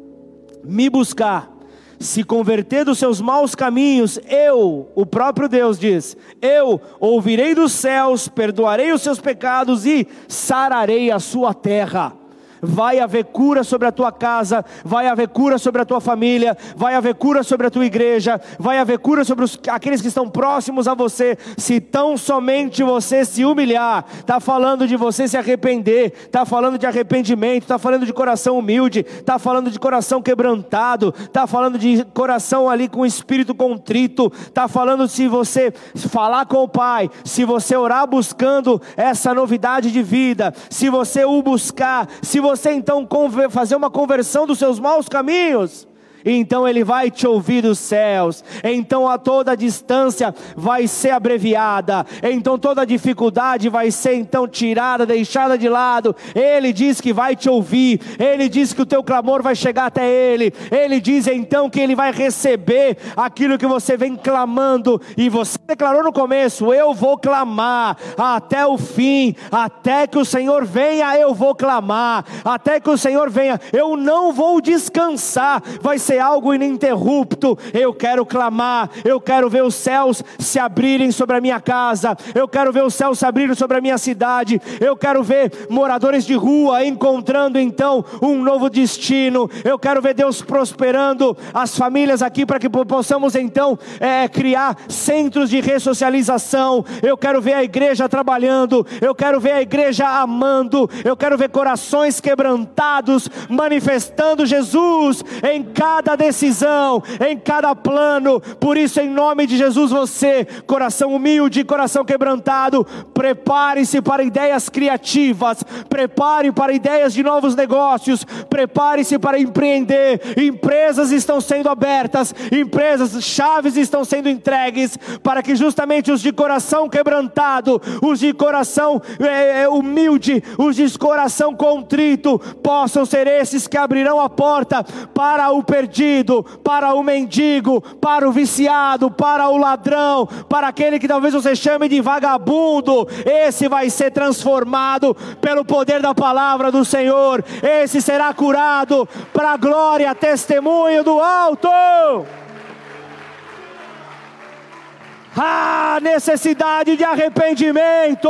me buscar, se converter dos seus maus caminhos, eu, o próprio Deus diz, eu ouvirei dos céus, perdoarei os seus pecados e sararei a sua terra. Vai haver cura sobre a tua casa, vai haver cura sobre a tua família, vai haver cura sobre a tua igreja, vai haver cura sobre os, aqueles que estão próximos a você, se tão somente você se humilhar. Está falando de você se arrepender, está falando de arrependimento, está falando de coração humilde, está falando de coração quebrantado, está falando de coração ali com espírito contrito, está falando se você falar com o Pai, se você orar buscando essa novidade de vida, se você o buscar, se você você então fazer uma conversão dos seus maus caminhos, então Ele vai te ouvir dos céus, então a toda a distância vai ser abreviada, então toda a dificuldade vai ser então tirada, deixada de lado. Ele diz que vai te ouvir, Ele diz que o teu clamor vai chegar até Ele, Ele diz então que Ele vai receber aquilo que você vem clamando, e você declarou no começo, eu vou clamar até o fim, até que o Senhor venha eu vou clamar, até que o Senhor venha, eu não vou descansar, vai ser algo ininterrupto. Eu quero clamar, eu quero ver os céus se abrirem sobre a minha casa, eu quero ver os céus se abrirem sobre a minha cidade, eu quero ver moradores de rua encontrando então um novo destino, eu quero ver Deus prosperando as famílias aqui para que possamos então é, criar centros de ressocialização. Eu quero ver a igreja trabalhando, eu quero ver a igreja amando, eu quero ver corações quebrantados manifestando Jesus em cada decisão, em cada plano. Por isso, em nome de Jesus, você, coração humilde, coração quebrantado, prepare-se para ideias criativas, prepare para ideias de novos negócios, prepare-se para empreender. Empresas estão sendo abertas, empresas, chaves estão sendo entregues, para que justamente os de coração quebrantado, os de coração é, humilde, os de coração contrito, possam ser esses que abrirão a porta para o perdido, para o mendigo, para o viciado, para o ladrão, para aquele que talvez você chame de vagabundo. Esse vai ser transformado pelo poder da palavra do Senhor, esse será curado para a glória, testemunho do alto. Ah, necessidade de arrependimento.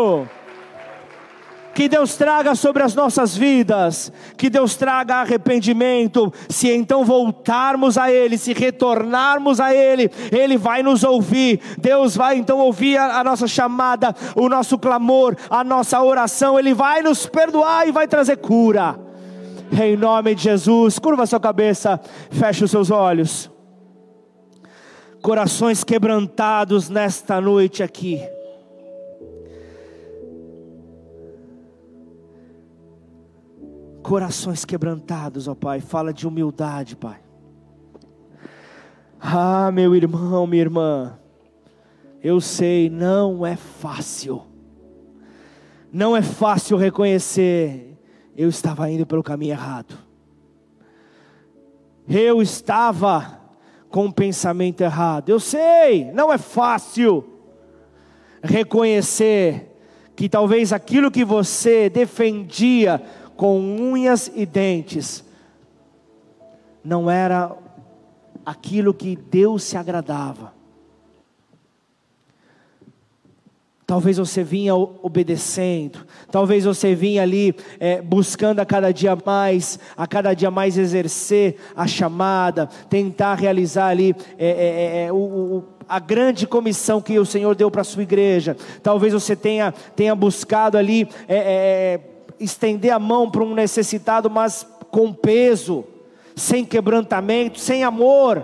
Que Deus traga sobre as nossas vidas, que Deus traga arrependimento. Se então voltarmos a Ele, se retornarmos a Ele, Ele vai nos ouvir. Deus vai então ouvir a, a nossa chamada, o nosso clamor, a nossa oração. Ele vai nos perdoar e vai trazer cura. Em nome de Jesus, curva a sua cabeça, feche os seus olhos. Corações quebrantados nesta noite aqui. Corações quebrantados, ó Pai, fala de humildade, Pai. Ah, meu irmão, minha irmã, eu sei, não é fácil, não é fácil reconhecer, eu estava indo pelo caminho errado, eu estava com um pensamento errado, eu sei, não é fácil reconhecer que talvez aquilo que você defendia com unhas e dentes não era aquilo que Deus se agradava. Talvez você vinha obedecendo, talvez você vinha ali é, buscando a cada dia mais, a cada dia mais exercer a chamada, tentar realizar ali é, é, é, o, o, a grande comissão que o Senhor deu para a sua igreja. Talvez você tenha, tenha buscado ali é, é, estender a mão para um necessitado, mas com peso, sem quebrantamento, sem amor.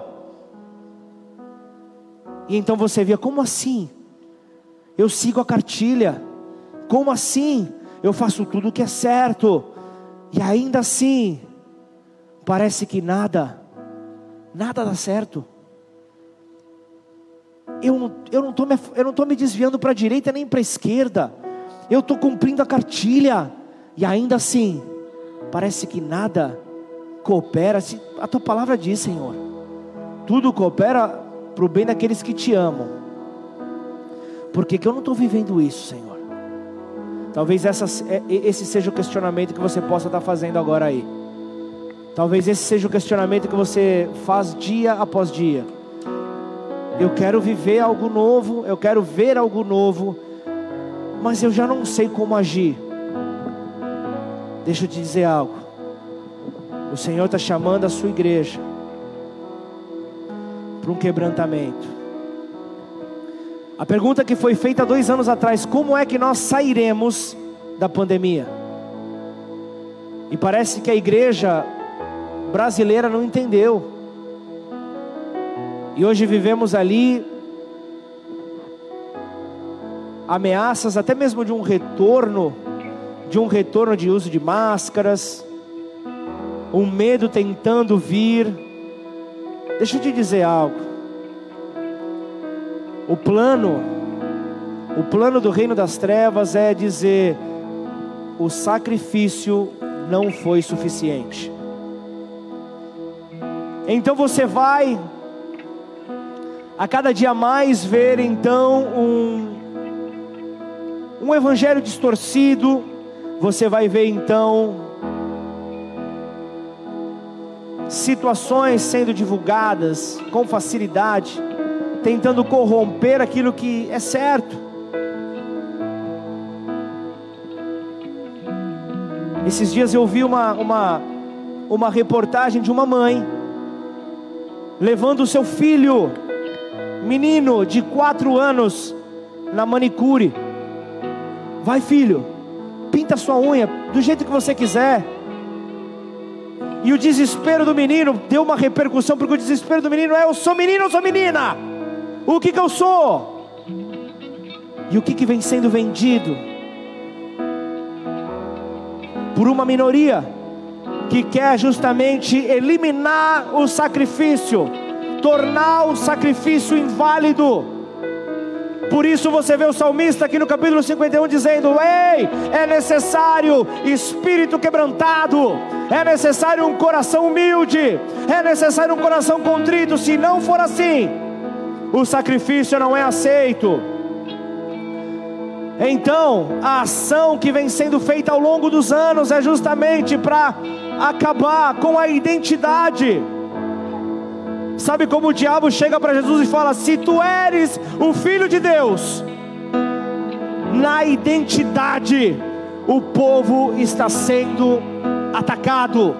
E então você via, como assim? Eu sigo a cartilha, como assim? Eu faço tudo o que é certo, e ainda assim, parece que nada, nada dá certo. Eu não eu não estou me, eu não estou me desviando para a direita nem para a esquerda, eu estou cumprindo a cartilha, e ainda assim, parece que nada coopera. A tua palavra diz, Senhor, tudo coopera para o bem daqueles que te amam. Por que que eu não estou vivendo isso, Senhor? Talvez essa, esse seja o questionamento que você possa estar fazendo agora aí. Talvez esse seja o questionamento que você faz dia após dia. Eu quero viver algo novo, eu quero ver algo novo, mas eu já não sei como agir. Deixa eu te dizer algo. O Senhor está chamando a sua igreja para um quebrantamento. A pergunta que foi feita dois anos atrás: como é que nós sairemos da pandemia? E parece que a igreja brasileira não entendeu. E hoje vivemos ali ameaças até mesmo de um retorno, de um retorno de uso de máscaras, um medo tentando vir. Deixa eu te dizer algo. O plano, o plano do reino das trevas é dizer: o sacrifício não foi suficiente. Então você vai a cada dia mais ver então um, um evangelho distorcido. Você vai ver então situações sendo divulgadas com facilidade, tentando corromper aquilo que é certo. Esses dias eu vi uma, uma, uma reportagem de uma mãe levando o seu filho, menino de quatro anos, na manicure. Vai, filho, pinta sua unha do jeito que você quiser. E o desespero do menino deu uma repercussão, porque o desespero do menino é: eu sou menino, eu sou menina. O que que eu sou? E o que que vem sendo vendido por uma minoria que quer justamente eliminar o sacrifício, tornar o sacrifício inválido. Por isso você vê o salmista aqui no capítulo cinquenta e um dizendo: ei, é necessário espírito quebrantado, é necessário um coração humilde, é necessário um coração contrito. Se não for assim, o sacrifício não é aceito. Então, a ação que vem sendo feita ao longo dos anos é justamente para acabar com a identidade. Sabe como o diabo chega para Jesus e fala: se tu eres o Filho de Deus, na identidade o povo está sendo atacado.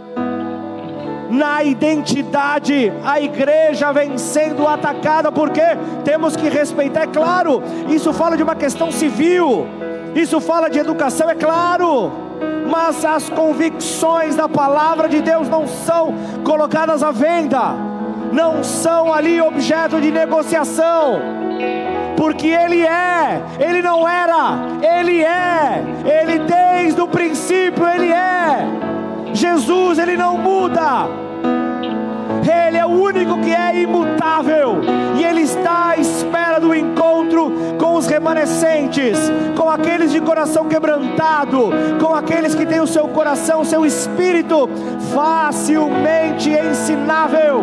Na identidade a igreja vem sendo atacada, porque temos que respeitar, é claro, isso fala de uma questão civil, isso fala de educação, é claro, mas as convicções da palavra de Deus não são colocadas à venda, não são ali objeto de negociação, porque Ele é, Ele não era, Ele é, Ele desde o princípio Ele é. Jesus, Ele não muda, Ele é o único que é imutável, e Ele está à espera do encontro com os remanescentes, com aqueles de coração quebrantado, com aqueles que têm o seu coração, o seu espírito facilmente ensinável.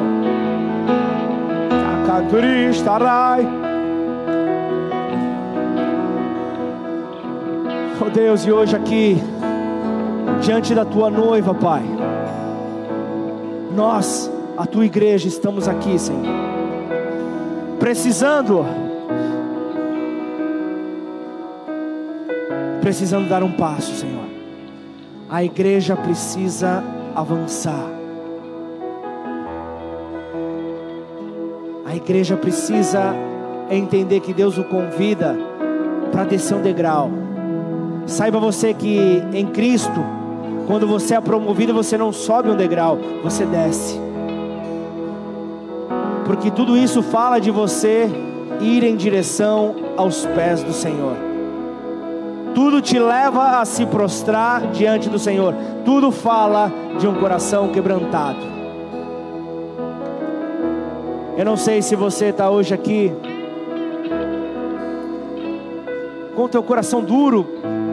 Oh Deus, e hoje aqui diante da tua noiva, Pai, nós a tua igreja, estamos aqui, Senhor, precisando, precisando dar um passo, Senhor. A igreja precisa avançar. A igreja precisa entender que Deus o convida para descer um degrau. Saiba você que em Cristo, quando você é promovido, você não sobe um degrau, você desce. Porque tudo isso fala de você ir em direção aos pés do Senhor. Tudo te leva a se prostrar diante do Senhor. Tudo fala de um coração quebrantado. Eu não sei se você está hoje aqui com o teu coração duro.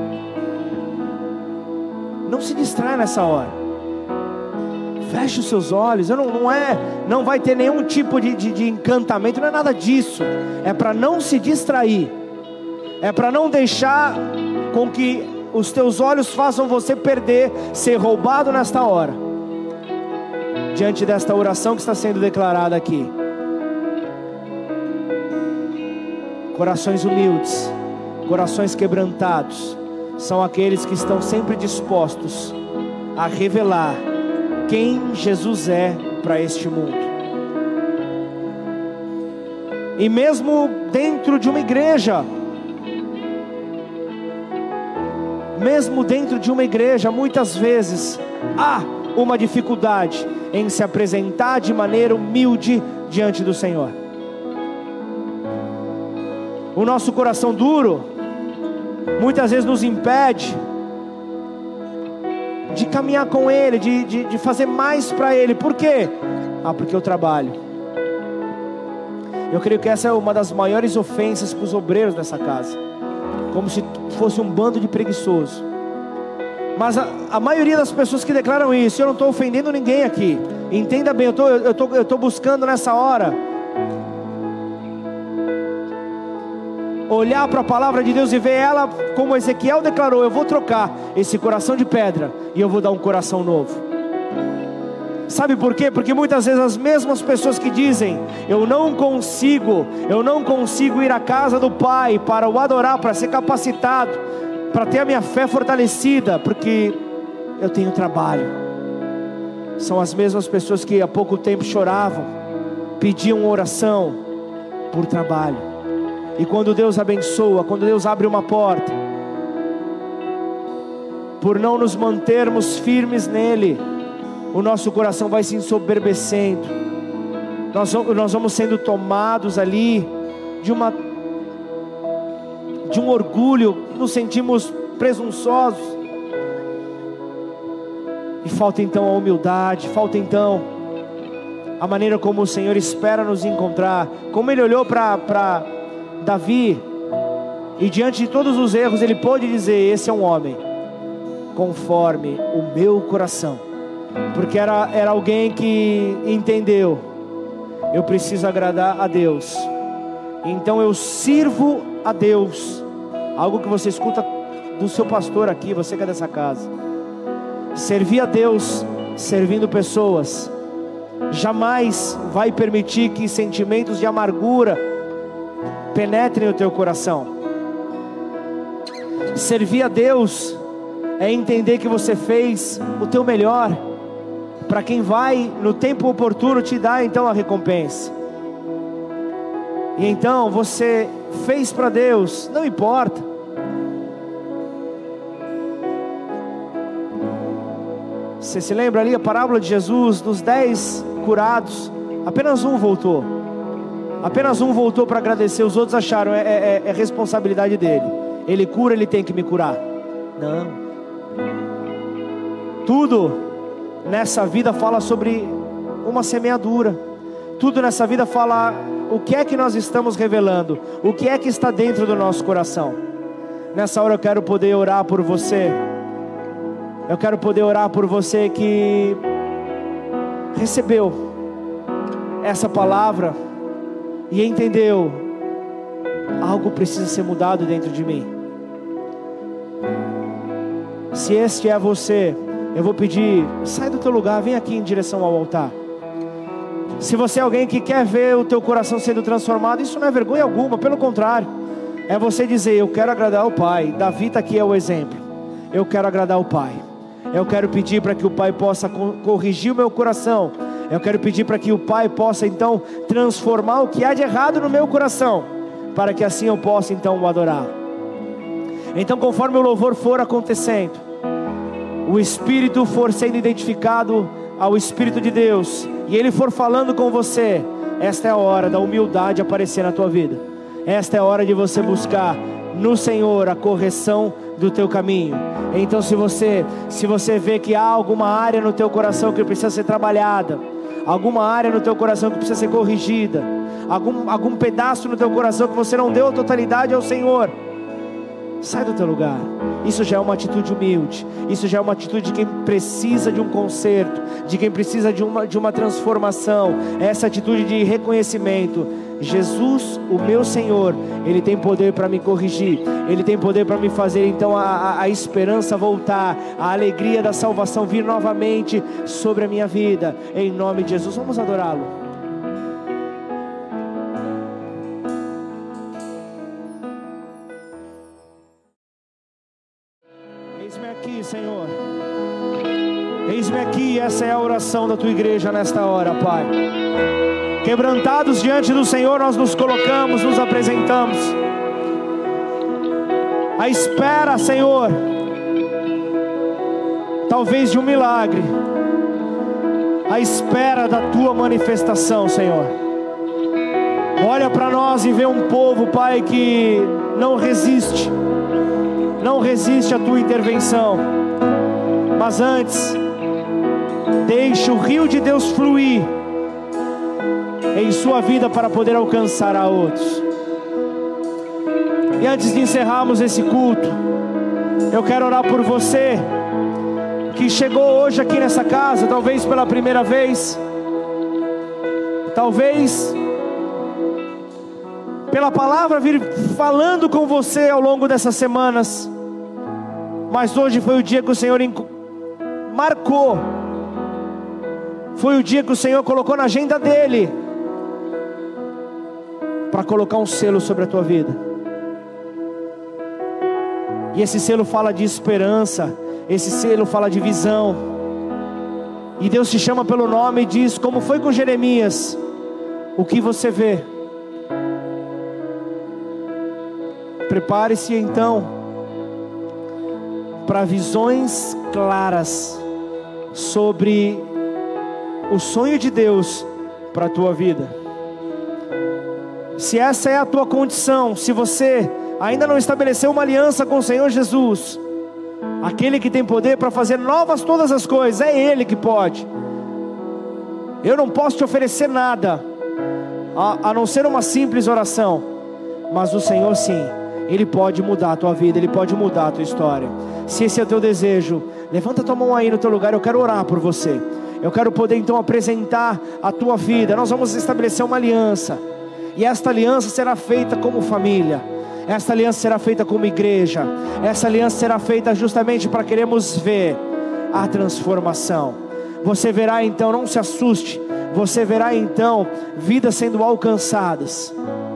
Não se distrai nessa hora. Feche os seus olhos. Eu não, não, é, não vai ter nenhum tipo de, de, de encantamento. Não é nada disso. É para não se distrair. É para não deixar com que os teus olhos façam você perder, ser roubado nesta hora, diante desta oração que está sendo declarada aqui. Corações humildes, corações quebrantados, são aqueles que estão sempre dispostos a revelar quem Jesus é para este mundo. E mesmo dentro de uma igreja, mesmo dentro de uma igreja, muitas vezes há uma dificuldade em se apresentar de maneira humilde diante do Senhor. O nosso coração duro muitas vezes nos impede de caminhar com Ele, de, de, de fazer mais para Ele. Por quê? Ah, porque eu trabalho. Eu creio que essa é uma das maiores ofensas para os obreiros dessa casa, como se fosse um bando de preguiçoso. Mas a, a maioria das pessoas que declaram isso, eu não estou ofendendo ninguém aqui, entenda bem, eu tô, eu tô, eu tô buscando nessa hora olhar para a palavra de Deus e ver ela como Ezequiel declarou: eu vou trocar esse coração de pedra e eu vou dar um coração novo. Sabe por quê? Porque muitas vezes as mesmas pessoas que dizem: eu não consigo, eu não consigo ir à casa do Pai para o adorar, para ser capacitado, para ter a minha fé fortalecida, porque eu tenho trabalho. São as mesmas pessoas que há pouco tempo choravam, pediam oração por trabalho. E quando Deus abençoa, quando Deus abre uma porta, por não nos mantermos firmes nele, o nosso coração vai se ensoberbecendo. Nós, nós vamos sendo tomados ali de uma de um orgulho, nos sentimos presunçosos. E falta então a humildade, falta então a maneira como o Senhor espera nos encontrar. Como Ele olhou para Davi, e diante de todos os erros Ele pôde dizer: esse é um homem conforme o meu coração. Porque era, era alguém que entendeu: eu preciso agradar a Deus, então eu sirvo a Deus. Algo que você escuta do seu pastor aqui, você que é dessa casa. Servir a Deus servindo pessoas jamais vai permitir que sentimentos de amargura penetrem o teu coração. Servir a Deus é entender que você fez o teu melhor, para quem vai no tempo oportuno te dar então a recompensa. E então você fez para Deus, não importa. Você se lembra ali a parábola de Jesus, dos dez curados, apenas um voltou. Apenas um voltou para agradecer, os outros acharam, é, é, é responsabilidade dele. Ele cura, ele tem que me curar. Não. Tudo nessa vida fala sobre uma semeadura. Tudo nessa vida fala o que é que nós estamos revelando, o que é que está dentro do nosso coração. Nessa hora eu quero poder orar por você. Eu quero poder orar por você que recebeu essa palavra e entendeu: algo precisa ser mudado dentro de mim. Se este é você, eu vou pedir, sai do teu lugar, vem aqui em direção ao altar. Se você é alguém que quer ver o teu coração sendo transformado, isso não é vergonha alguma, pelo contrário, é você dizer: eu quero agradar o Pai. Davi está aqui, é o exemplo. Eu quero agradar o Pai. Eu quero pedir para que o Pai possa corrigir o meu coração. Eu quero pedir para que o Pai possa então transformar o que há de errado no meu coração, para que assim eu possa então o adorar. Então, conforme o louvor for acontecendo, o Espírito for sendo identificado ao Espírito de Deus, e Ele for falando com você, esta é a hora da humildade aparecer na tua vida. Esta é a hora de você buscar no Senhor a correção do teu caminho. Então, se você, se você vê que há alguma área no teu coração que precisa ser trabalhada, alguma área no teu coração que precisa ser corrigida, algum, algum pedaço no teu coração que você não deu a totalidade ao Senhor, sai do teu lugar. Isso já é uma atitude humilde. Isso já é uma atitude de quem precisa de um conserto, de quem precisa de uma, de uma transformação. Essa atitude de reconhecimento: Jesus, o meu Senhor, Ele tem poder para me corrigir. Ele tem poder para me fazer então a, a, a esperança voltar, a alegria da salvação vir novamente sobre a minha vida. Em nome de Jesus, vamos adorá-lo. Eis-me aqui, Senhor. Eis-me aqui. Essa é a oração da tua igreja nesta hora, Pai. Quebrantados diante do Senhor, nós nos colocamos, nos apresentamos, à espera, Senhor, talvez de um milagre, à espera da tua manifestação, Senhor. Olha para nós e vê um povo, Pai, que não resiste, não resiste à tua intervenção, mas antes, deixa o rio de Deus fluir em sua vida para poder alcançar a outros. E antes de encerrarmos esse culto, eu quero orar por você que chegou hoje aqui nessa casa, talvez pela primeira vez, talvez pela palavra vir falando com você ao longo dessas semanas, mas hoje foi o dia que o Senhor marcou, foi o dia que o Senhor colocou na agenda dele para colocar um selo sobre a tua vida. E esse selo fala de esperança, esse selo fala de visão. E Deus te chama pelo nome e diz, como foi com Jeremias: o que você vê? Prepare-se então para visões claras sobre o sonho de Deus para a tua vida. Se essa é a tua condição, se você ainda não estabeleceu uma aliança com o Senhor Jesus, aquele que tem poder para fazer novas todas as coisas, é Ele que pode. Eu não posso te oferecer nada, a, a não ser uma simples oração, mas o Senhor sim, Ele pode mudar a tua vida, Ele pode mudar a tua história. Se esse é o teu desejo, levanta a tua mão aí no teu lugar, eu quero orar por você. Eu quero poder então apresentar a tua vida. Nós vamos estabelecer uma aliança, e esta aliança será feita como família, esta aliança será feita como igreja, essa aliança será feita justamente para queremos ver a transformação. Você verá então, não se assuste, você verá então vidas sendo alcançadas.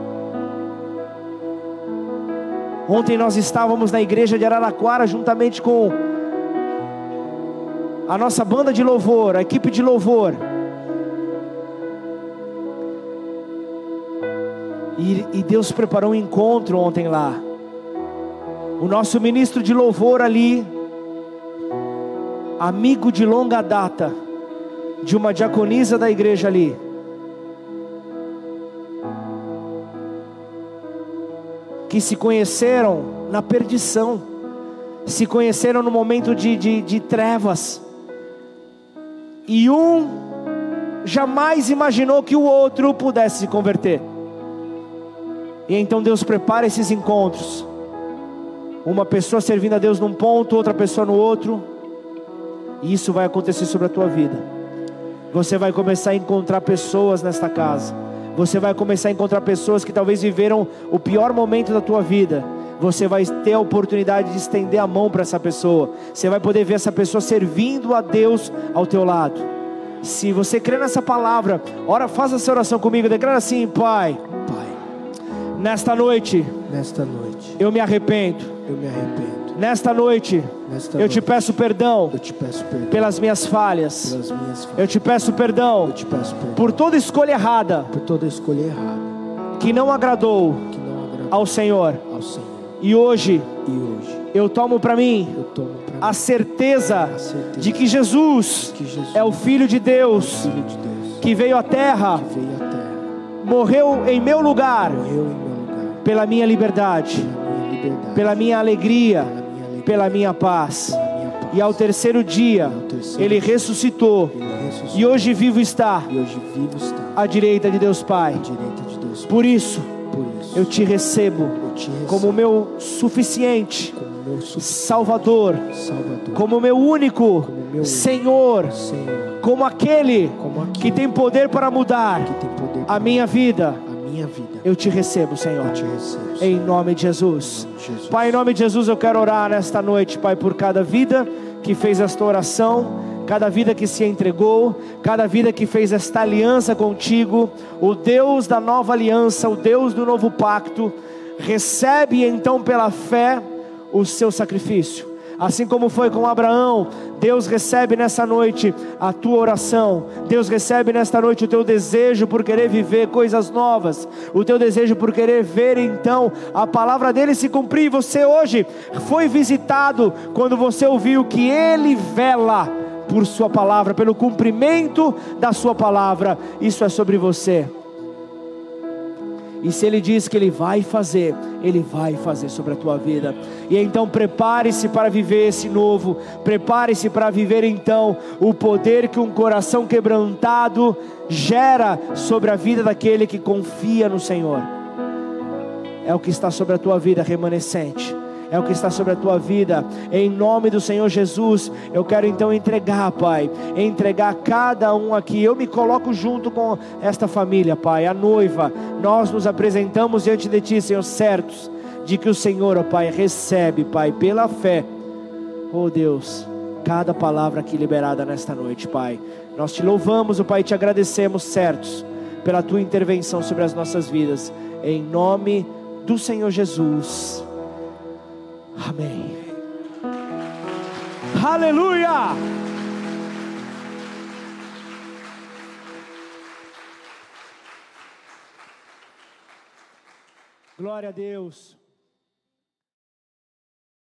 Ontem nós estávamos na igreja de Araraquara juntamente com a nossa banda de louvor, a equipe de louvor. E, e Deus preparou um encontro ontem lá. O nosso ministro de louvor ali, amigo de longa data de uma diaconisa da igreja ali, que se conheceram na perdição, se conheceram no momento de, de, de trevas, e um jamais imaginou que o outro pudesse se converter. E então Deus prepara esses encontros, uma pessoa servindo a Deus num ponto, outra pessoa no outro, e isso vai acontecer sobre a tua vida. Você vai começar a encontrar pessoas nesta casa, você vai começar a encontrar pessoas que talvez viveram o pior momento da tua vida. Você vai ter a oportunidade de estender a mão para essa pessoa, você vai poder ver essa pessoa servindo a Deus ao teu lado. Se você crê nessa palavra, ora, faça essa oração comigo, declara assim: Pai, Pai, nesta noite, nesta noite, eu me arrependo. eu me arrependo. Nesta noite, Nesta eu noite, te peço perdão eu te peço perdão pelas minhas falhas. pelas minhas falhas. Eu te peço perdão Eu te peço perdão por toda escolha errada por toda escolha errada que não agradou que não agradou ao Senhor. ao Senhor. E hoje E hoje eu tomo para mim eu tomo para mim a certeza a certeza de que Jesus que Jesus é o Filho de Deus, Filho de Deus, que veio à terra, que veio à terra, morreu em meu lugar, morreu em meu lugar, pela minha liberdade, pela minha liberdade, pela minha alegria, pela minha alegria, pela minha paz. pela minha paz. E ao terceiro dia, terceiro Ele dia, ressuscitou, Ele ressuscitou, e hoje vivo está e hoje vivo está à direita de Deus Pai. à direita de Deus Pai. Por isso, Por isso eu te recebo eu te recebo como meu suficiente como meu suficiente Salvador, Salvador, como meu único meu Senhor, Senhor, como aquele como aquele que tem poder para mudar que tem poder a minha vida. a minha vida. Eu te recebo, Senhor, Eu te recebo, em nome de Jesus. Em nome de Jesus. Pai, em nome de Jesus, eu quero orar nesta noite, Pai, por cada vida que fez esta oração, cada vida que se entregou, cada vida que fez esta aliança contigo. O Deus da nova aliança, o Deus do novo pacto, recebe então pela fé o seu sacrifício. Assim como foi com Abraão, Deus recebe nessa noite a tua oração. Deus recebe nesta noite o teu desejo por querer viver coisas novas, o teu desejo por querer ver então a palavra dele se cumprir. Você hoje foi visitado quando você ouviu que ele vela por sua palavra, pelo cumprimento da sua palavra. Isso é sobre você. E se Ele diz que Ele vai fazer, Ele vai fazer sobre a tua vida. E então prepare-se para viver esse novo. Prepare-se para viver então o poder que um coração quebrantado gera sobre a vida daquele que confia no Senhor. É o que está sobre a tua vida, remanescente. É o que está sobre a tua vida. Em nome do Senhor Jesus, eu quero então entregar, Pai, entregar cada um aqui. Eu me coloco junto com esta família, Pai, a noiva. Nós nos apresentamos diante de Ti, Senhor, certos de que o Senhor, ó Pai, recebe, Pai, pela fé, oh Deus, cada palavra aqui liberada nesta noite, Pai. Nós Te louvamos, ó Pai, e Te agradecemos, certos, pela Tua intervenção sobre as nossas vidas. Em nome do Senhor Jesus. Amém. Aleluia. Glória a Deus.